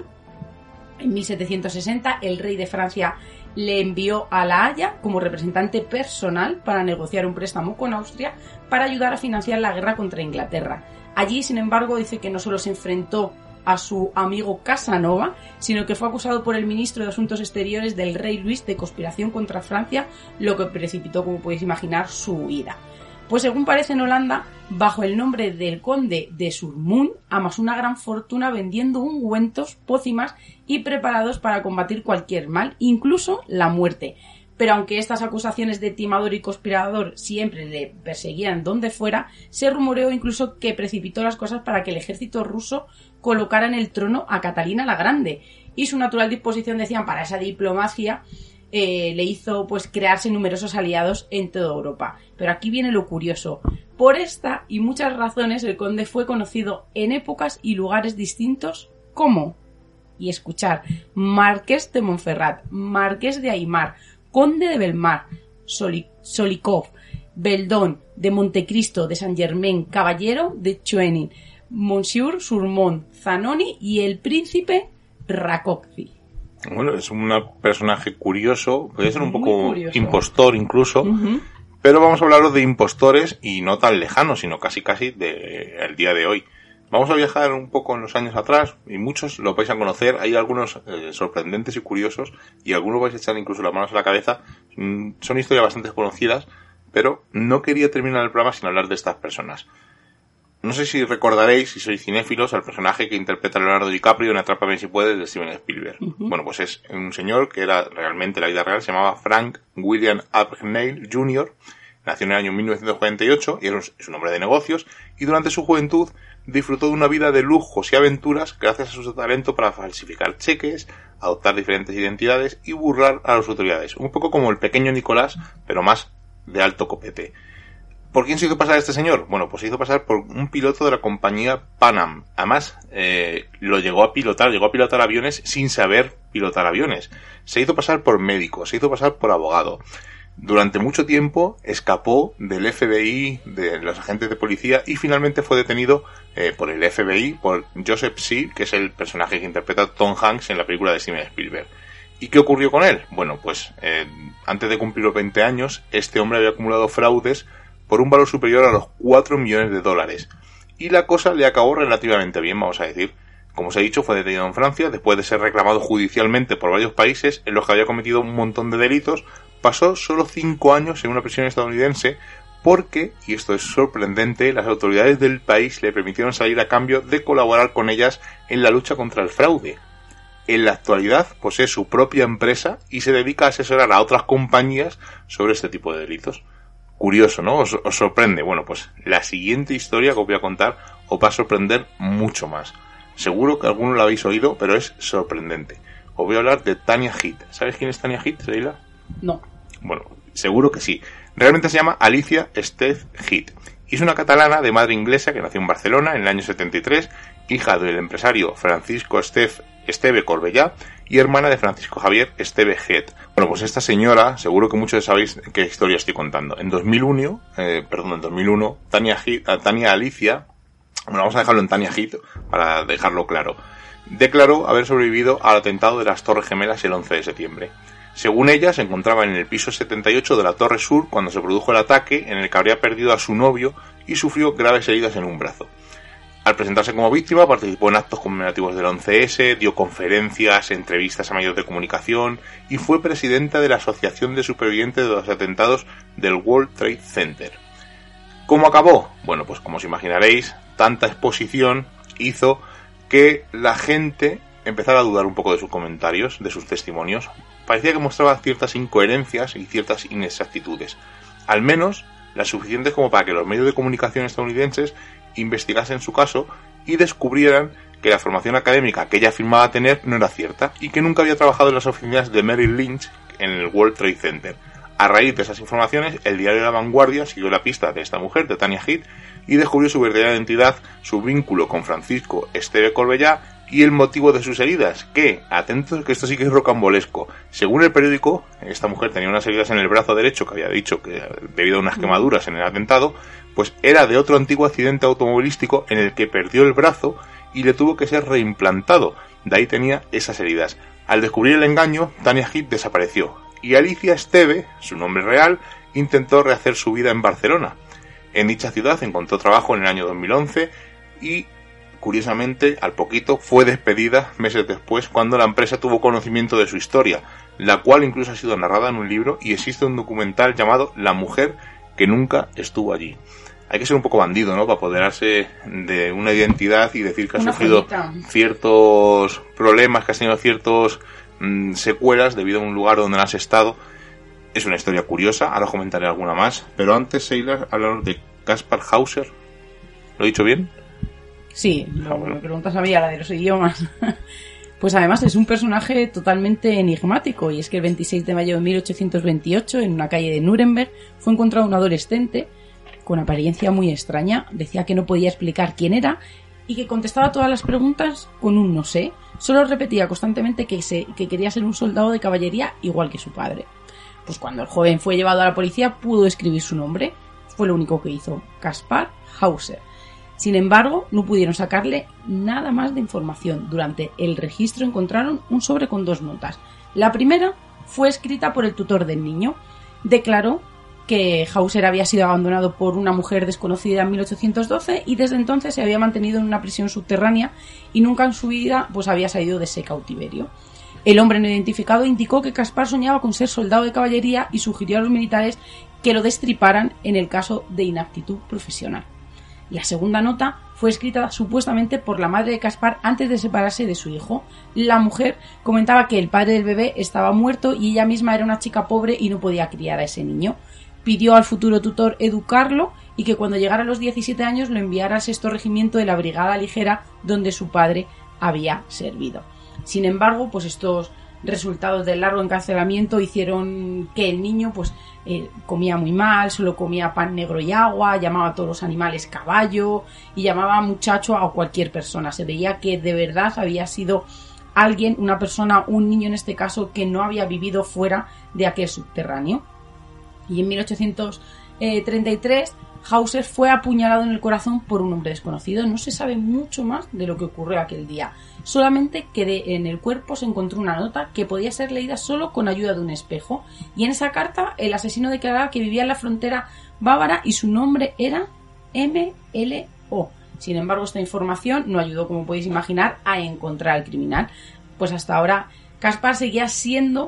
En 1760 el rey de Francia le envió a La Haya como representante personal para negociar un préstamo con Austria para ayudar a financiar la guerra contra Inglaterra. Allí, sin embargo, dice que no solo se enfrentó a su amigo Casanova, sino que fue acusado por el ministro de Asuntos Exteriores del rey Luis de conspiración contra Francia, lo que precipitó, como podéis imaginar, su huida. Pues según parece, en Holanda, bajo el nombre del conde de Surmont, amasó una gran fortuna vendiendo ungüentos, pócimas y preparados para combatir cualquier mal, incluso la muerte. Pero aunque estas acusaciones de timador y conspirador siempre le perseguían donde fuera, se rumoreó incluso que precipitó las cosas para que el ejército ruso colocara en el trono a Catalina la Grande, y su natural disposición, decían, para esa diplomacia le hizo pues crearse numerosos aliados en toda Europa. Pero aquí viene lo curioso. Por esta y muchas razones el conde fue conocido en épocas y lugares distintos como, y escuchar, Marqués de Montferrat, Marqués de Aymar, Conde de Belmar, Solikov, Beldón, de Montecristo, de Saint-Germain, Caballero de Choenin, Monsieur Surmont, Zanoni y el príncipe Rákóczi. Bueno, es un personaje curioso, puede ser un poco curioso, impostor incluso, pero vamos a hablaros de impostores y no tan lejanos, sino casi del día de hoy. Vamos a viajar un poco en los años atrás, y muchos lo vais a conocer. Hay algunos sorprendentes y curiosos, y algunos vais a echar incluso las manos a la cabeza. Son historias bastante conocidas, pero no quería terminar el programa sin hablar de estas personas. No sé si recordaréis, si sois cinéfilos, al personaje que interpreta Leonardo DiCaprio en Atrápame si puedes, de Steven Spielberg. Bueno, pues es un señor que era realmente, la vida real, se llamaba Frank William Abagnale Jr., Nació en el año 1948 y es un hombre de negocios, y durante su juventud disfrutó de una vida de lujos y aventuras gracias a su talento para falsificar cheques, adoptar diferentes identidades y burlar a las autoridades. Un poco como el pequeño Nicolás, pero más de alto copete. ¿Por quién se hizo pasar este señor? Bueno, pues se hizo pasar por un piloto de la compañía Pan Am. Además, lo llegó a pilotar aviones sin saber pilotar aviones. Se hizo pasar por médico, se hizo pasar por abogado. Durante mucho tiempo escapó del FBI, de los agentes de policía, y finalmente fue detenido por el FBI, por Joseph C., que es el personaje que interpreta Tom Hanks en la película de Steven Spielberg. ¿Y qué ocurrió con él? Bueno, pues antes de cumplir los 20 años, este hombre había acumulado fraudes por un valor superior a los 4 millones de dólares. Y la cosa le acabó relativamente bien, vamos a decir. Como os he dicho, fue detenido en Francia, después de ser reclamado judicialmente por varios países en los que había cometido un montón de delitos. Pasó solo 5 años en una prisión estadounidense porque, y esto es sorprendente, las autoridades del país le permitieron salir a cambio de colaborar con ellas en la lucha contra el fraude. En la actualidad posee su propia empresa y se dedica a asesorar a otras compañías sobre este tipo de delitos. Curioso, ¿no? ¿Os sorprende? Bueno, pues la siguiente historia que os voy a contar os va a sorprender mucho más. Seguro que alguno la habéis oído, pero es sorprendente. Os voy a hablar de Tanya Heath. ¿Sabes quién es Tanya Heath, Leila? No. Bueno, seguro que sí. Realmente se llama Alicia Esteve Heath. Y es una catalana de madre inglesa que nació en Barcelona en el año 73, hija del empresario Francisco Esteve Corbellá y hermana de Francisco Javier Esteve Heath. Bueno, pues esta señora, seguro que muchos sabéis qué historia estoy contando. En 2001, Tania Alicia, bueno, vamos a dejarlo en Tanya Heath para dejarlo claro, declaró haber sobrevivido al atentado de las Torres Gemelas el 11 de septiembre. Según ella, se encontraba en el piso 78 de la Torre Sur cuando se produjo el ataque en el que habría perdido a su novio y sufrió graves heridas en un brazo. Al presentarse como víctima, participó en actos conmemorativos del 11S, dio conferencias, entrevistas a medios de comunicación y fue presidenta de la Asociación de Supervivientes de los Atentados del World Trade Center. ¿Cómo acabó? Bueno, pues como os imaginaréis, tanta exposición hizo que la gente empezara a dudar un poco de sus comentarios, de sus testimonios. Parecía que mostraba ciertas incoherencias y ciertas inexactitudes, al menos las suficientes como para que los medios de comunicación estadounidenses investigasen su caso y descubrieran que la formación académica que ella afirmaba tener no era cierta y que nunca había trabajado en las oficinas de Merrill Lynch en el World Trade Center. A raíz de esas informaciones, el diario La Vanguardia siguió la pista de esta mujer, de Tanya Heath, y descubrió su verdadera identidad, su vínculo con Francisco Esteve Corbellá y el motivo de sus heridas, que, atentos que esto sí que es rocambolesco, según el periódico, esta mujer tenía unas heridas en el brazo derecho que había dicho que debido a unas quemaduras en el atentado, pues era de otro antiguo accidente automovilístico en el que perdió el brazo y le tuvo que ser reimplantado, de ahí tenía esas heridas. Al descubrir el engaño, Tanya Heath desapareció y Alicia Esteve, su nombre real, intentó rehacer su vida en Barcelona. En dicha ciudad encontró trabajo en el año 2011 y, curiosamente, al poquito fue despedida meses después cuando la empresa tuvo conocimiento de su historia, la cual incluso ha sido narrada en un libro y existe un documental llamado La mujer que nunca estuvo allí. Hay que ser un poco bandido, ¿no?, para apoderarse de una identidad y decir que has sufrido ciertos problemas, que has tenido ciertos secuelas debido a un lugar donde no has estado. Es una historia curiosa, ahora os comentaré alguna más, pero antes, Sheila, hablaros de Kaspar Hauser. ¿Lo he dicho bien? Sí, me preguntas a mí, a la de los idiomas. Pues además es un personaje totalmente enigmático, y es que el 26 de mayo de 1828, en una calle de Nuremberg, fue encontrado un adolescente con apariencia muy extraña. Decía que no podía explicar quién era y que contestaba todas las preguntas con un no sé. Solo repetía constantemente que quería ser un soldado de caballería igual que su padre. Pues cuando el joven fue llevado a la policía pudo escribir su nombre. Fue lo único que hizo, Kaspar Hauser. Sin embargo, no pudieron sacarle nada más de información. Durante el registro encontraron un sobre con 2 notas. La primera fue escrita por el tutor del niño. Declaró que Hauser había sido abandonado por una mujer desconocida en 1812 y desde entonces se había mantenido en una prisión subterránea y nunca en su vida pues había salido de ese cautiverio. El hombre no identificado indicó que Kaspar soñaba con ser soldado de caballería y sugirió a los militares que lo destriparan en el caso de inaptitud profesional. La segunda nota fue escrita supuestamente por la madre de Kaspar antes de separarse de su hijo. La mujer comentaba que el padre del bebé estaba muerto y ella misma era una chica pobre y no podía criar a ese niño. pidió al futuro tutor educarlo y que cuando llegara a los 17 años lo enviara al 6º regimiento de la Brigada Ligera donde su padre había servido. Sin embargo, pues estos resultados del largo encarcelamiento hicieron que el niño pues comía muy mal, solo comía pan negro y agua, llamaba a todos los animales caballo y llamaba muchacho a cualquier persona. Se veía que de verdad había sido alguien, una persona, un niño en este caso, que no había vivido fuera de aquel subterráneo. Y en 1833 Hauser fue apuñalado en el corazón por un hombre desconocido. No se sabe mucho más de lo que ocurrió aquel día. Solamente que en el cuerpo se encontró una nota que podía ser leída solo con ayuda de un espejo. Y en esa carta el asesino declaraba que vivía en la frontera bávara y su nombre era M.L.O. Sin embargo, esta información no ayudó, como podéis imaginar, a encontrar al criminal. Pues hasta ahora Caspar seguía siendo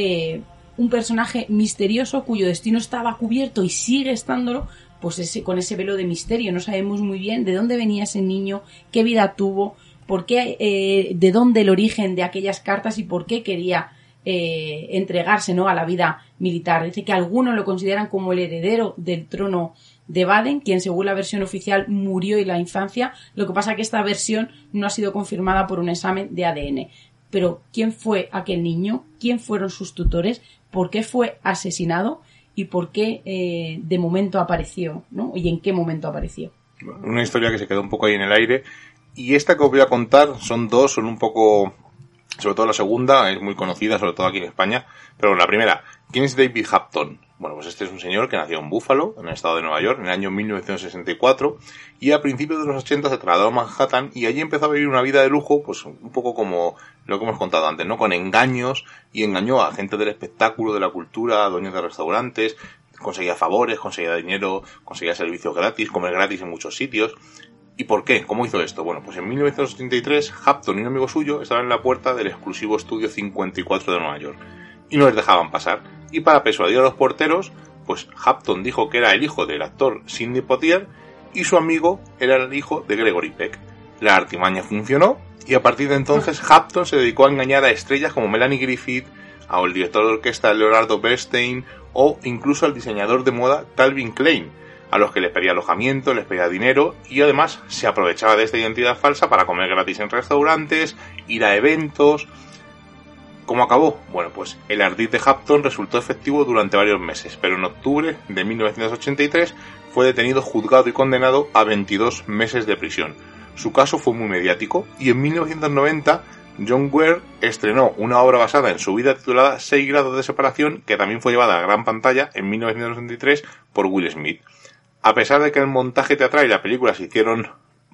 un personaje misterioso cuyo destino estaba cubierto y sigue estándolo, pues con ese velo de misterio. No sabemos muy bien de dónde venía ese niño, qué vida tuvo, por qué, de dónde el origen de aquellas cartas y por qué quería entregarse, ¿no?, a la vida militar. Dice que algunos lo consideran como el heredero del trono de Baden, quien según la versión oficial murió en la infancia. Lo que pasa es que esta versión no ha sido confirmada por un examen de ADN. Pero ¿quién fue aquel niño? ¿Quién fueron sus tutores? ¿Por qué fue asesinado? ¿Y por qué de momento apareció, ¿no? ¿Y en qué momento apareció? Una historia que se quedó un poco ahí en el aire. Y esta que os voy a contar son un poco... Sobre todo la segunda es muy conocida, sobre todo aquí en España. Pero bueno, la primera, ¿quién es David Hampton? Bueno, pues este es un señor que nació en Buffalo, en el estado de Nueva York, en el año 1964, y a principios de los 80 se trasladó a Manhattan y allí empezó a vivir una vida de lujo, pues un poco como lo que hemos contado antes, ¿no? Con engaños, y engañó a gente del espectáculo, de la cultura, a dueños de restaurantes, conseguía favores, conseguía dinero, conseguía servicios gratis, comer gratis en muchos sitios. ¿Y por qué? ¿Cómo hizo esto? Bueno, pues en 1983, Hampton y un amigo suyo estaban en la puerta del exclusivo estudio 54 de Nueva York y no les dejaban pasar. Y para persuadir a los porteros, pues Hampton dijo que era el hijo del actor Sidney Poitier y su amigo era el hijo de Gregory Peck. La artimaña funcionó y a partir de entonces Hampton se dedicó a engañar a estrellas como Melanie Griffith, al director de orquesta Leonardo Bernstein o incluso al diseñador de moda Calvin Klein, a los que les pedía alojamiento, les pedía dinero y además se aprovechaba de esta identidad falsa para comer gratis en restaurantes, ir a eventos. ¿Cómo acabó? Bueno, pues el ardid de Hampton resultó efectivo durante varios meses, pero en octubre de 1983 fue detenido, juzgado y condenado a 22 meses de prisión. Su caso fue muy mediático y en 1990 John Ware estrenó una obra basada en su vida titulada 6 grados de separación, que también fue llevada a la gran pantalla en 1993 por Will Smith. A pesar de que el montaje teatral y la película se hicieron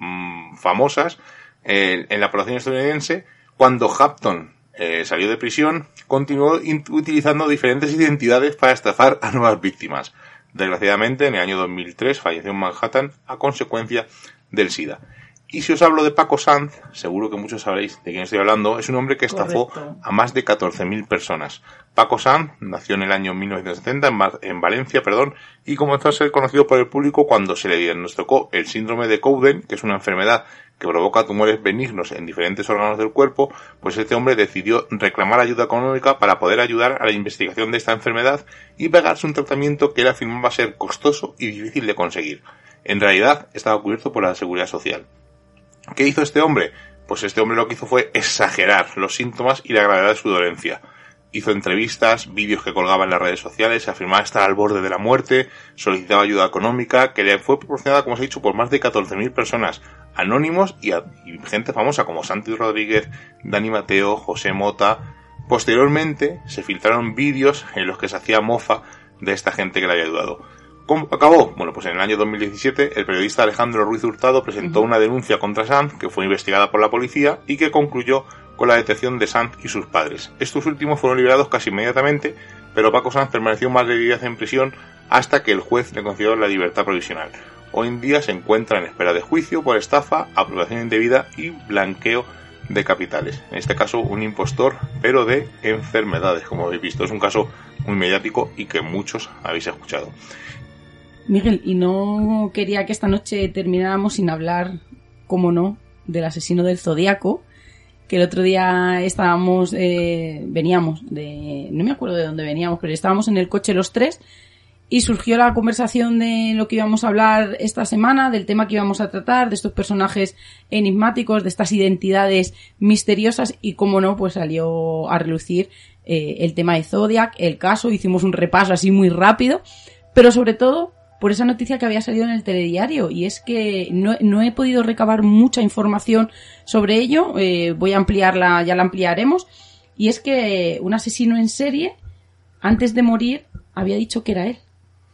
famosas en la población estadounidense, cuando Hampton salió de prisión, continuó utilizando diferentes identidades para estafar a nuevas víctimas. Desgraciadamente, en el año 2003 falleció en Manhattan a consecuencia del SIDA. Y si os hablo de Paco Sanz, seguro que muchos sabréis de quién estoy hablando, es un hombre que estafó a más de 14.000 personas. Paco Sanz nació en el año 1970 en Valencia, y comenzó a ser conocido por el público cuando se le diagnosticó el síndrome de Cowden, que es una enfermedad que provoca tumores benignos en diferentes órganos del cuerpo. Pues este hombre decidió reclamar ayuda económica para poder ayudar a la investigación de esta enfermedad y pagarse un tratamiento que él afirmaba ser costoso y difícil de conseguir. En realidad estaba cubierto por la Seguridad Social. ¿Qué hizo este hombre? Pues este hombre lo que hizo fue exagerar los síntomas y la gravedad de su dolencia. Hizo entrevistas, vídeos que colgaba en las redes sociales, afirmaba estar al borde de la muerte, solicitaba ayuda económica, que le fue proporcionada, como os he dicho, por más de 14.000 personas, anónimos y gente famosa como Santi Rodríguez, Dani Mateo, José Mota. Posteriormente se filtraron vídeos en los que se hacía mofa de esta gente que le había ayudado. ¿Cómo acabó? Bueno, pues en el año 2017 el periodista Alejandro Ruiz Hurtado presentó una denuncia contra Sanz, que fue investigada por la policía y que concluyó con la detención de Sanz y sus padres. Estos últimos fueron liberados casi inmediatamente, pero Paco Sanz permaneció más de 10 días en prisión hasta que el juez le concedió la libertad provisional. Hoy en día se encuentra en espera de juicio por estafa, apropiación indebida y blanqueo de capitales. En este caso un impostor, pero de enfermedades, como habéis visto. Es un caso muy mediático y que muchos habéis escuchado. Miguel, y no quería que esta noche termináramos sin hablar, cómo no, del asesino del Zodíaco, que el otro día veníamos de... no me acuerdo de dónde veníamos, pero estábamos en el coche los tres Y surgió la conversación de lo que íbamos a hablar esta semana, del tema que íbamos a tratar, de estos personajes enigmáticos, de estas identidades misteriosas y, cómo no, pues salió a relucir el tema de Zodiac, el caso, hicimos un repaso así muy rápido, pero sobre todo por esa noticia que había salido en el telediario, y es que no he podido recabar mucha información sobre ello, voy a ampliarla, ya la ampliaremos, y es que un asesino en serie, antes de morir, había dicho que era él.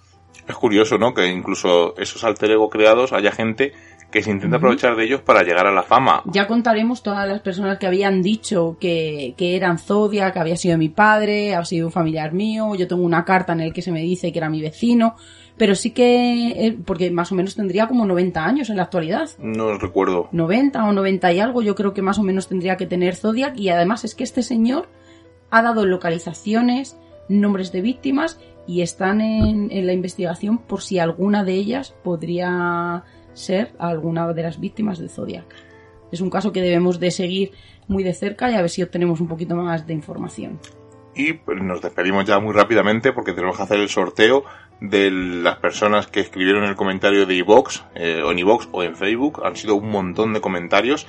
Es curioso, ¿no? Que incluso esos alter ego creados haya gente que se intenta aprovechar de ellos para llegar a la fama. Ya contaremos todas las personas que habían dicho que eran Zodiac, que había sido mi padre, había sido un familiar mío, yo tengo una carta en la que se me dice que era mi vecino, pero sí que, porque más o menos tendría como 90 años en la actualidad. No recuerdo. 90 o 90 y algo, yo creo que más o menos tendría que tener Zodiac, y además es que este señor ha dado localizaciones, nombres de víctimas, y están en la investigación por si alguna de ellas podría ser alguna de las víctimas de Zodiac. Es un caso que debemos de seguir muy de cerca y a ver si obtenemos un poquito más de información. Y pues nos despedimos ya muy rápidamente porque tenemos que hacer el sorteo de las personas que escribieron el comentario de iVoox, o en iVoox o en Facebook. Han sido un montón de comentarios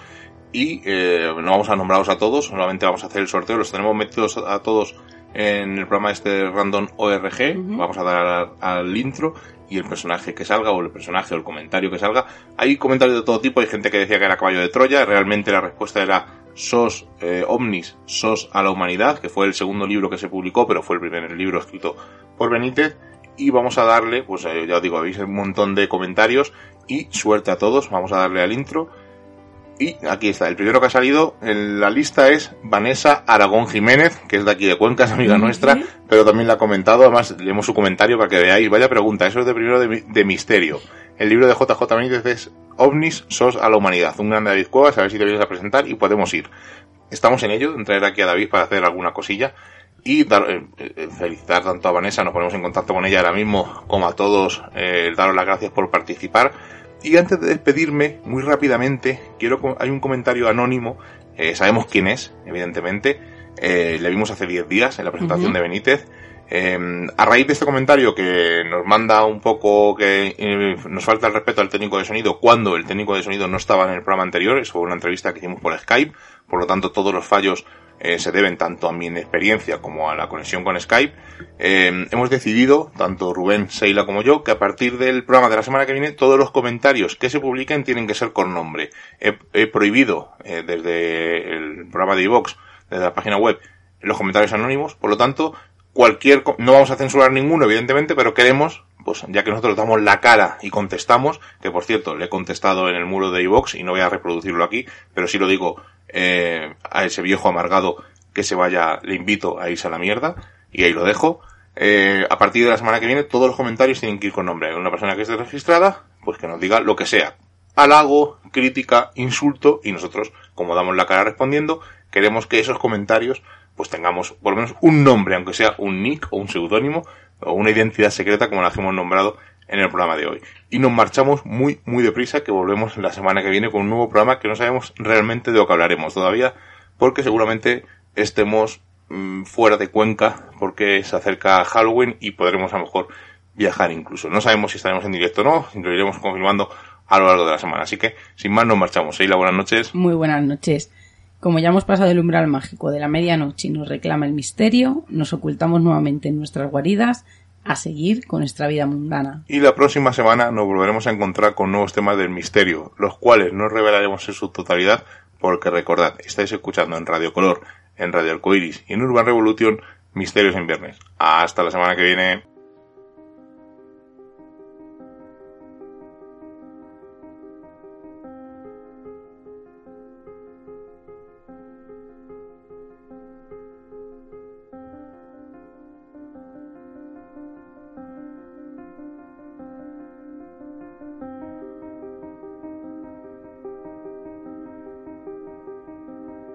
y no vamos a nombrarlos a todos, solamente vamos a hacer el sorteo. Los tenemos metidos a todos en el programa Random ORG. Vamos a dar al intro y el personaje que salga, o el personaje o el comentario que salga. Hay comentarios de todo tipo, hay gente que decía que era caballo de Troya, realmente la respuesta era SOS Omnis, SOS a la humanidad, que fue el segundo libro que se publicó, pero fue el primer libro escrito por Benítez. Y vamos a darle, pues ya os digo, habéis un montón de comentarios y suerte a todos. Vamos a darle al intro. Y aquí está, el primero que ha salido en la lista es Vanessa Aragón Jiménez, que es de aquí de Cuenca, es amiga nuestra, pero también la ha comentado. Además, leemos su comentario para que veáis. Vaya pregunta, eso es de primero de misterio. El libro de JJ Benítez es OVNIs, SOS a la humanidad. Un grande David Cuevas, a ver si te vienes a presentar y podemos ir. Estamos en ello, en traer aquí a David para hacer alguna cosilla. Y felicitar tanto a Vanessa, nos ponemos en contacto con ella ahora mismo, como a todos, daros las gracias por participar. Y antes de despedirme, muy rápidamente, hay un comentario anónimo, sabemos quién es, evidentemente, le vimos hace 10 días en la presentación de Benítez. A raíz de este comentario que nos manda un poco que nos falta el respeto al técnico de sonido cuando el técnico de sonido no estaba en el programa anterior, eso fue una entrevista que hicimos por Skype, por lo tanto todos los fallos se deben tanto a mi inexperiencia como a la conexión con Skype. Hemos decidido, tanto Rubén, Seila como yo, que a partir del programa de la semana que viene todos los comentarios que se publiquen tienen que ser con nombre. He prohibido desde el programa de iVoox, desde la página web, los comentarios anónimos, por lo tanto no vamos a censurar ninguno, evidentemente, pero queremos, pues ya que nosotros damos la cara y contestamos, que por cierto le he contestado en el muro de iVoox y no voy a reproducirlo aquí, pero sí lo digo, a ese viejo amargado que se vaya, le invito a irse a la mierda, y ahí lo dejo. A partir de la semana que viene todos los comentarios tienen que ir con nombre. Una persona que esté registrada, pues que nos diga lo que sea, halago, crítica, insulto, y nosotros, como damos la cara respondiendo, queremos que esos comentarios pues tengamos por lo menos un nombre, aunque sea un nick o un seudónimo o una identidad secreta como la que hemos nombrado en el programa de hoy. Y nos marchamos muy deprisa, que volvemos la semana que viene con un nuevo programa que no sabemos realmente de lo que hablaremos todavía, porque seguramente estemos fuera de Cuenca, porque se acerca Halloween y podremos a lo mejor viajar incluso. No sabemos si estaremos en directo o no, lo iremos confirmando a lo largo de la semana. Así que, sin más, nos marchamos. Seila, buenas noches. Muy buenas noches. Como ya hemos pasado el umbral mágico de la medianoche y nos reclama el misterio, nos ocultamos nuevamente en nuestras guaridas a seguir con nuestra vida mundana. Y la próxima semana nos volveremos a encontrar con nuevos temas del misterio, los cuales no revelaremos en su totalidad, porque recordad, estáis escuchando en Radio Color, en Radio Arcoiris y en Urban Revolution, Misterios en Viernes. Hasta la semana que viene.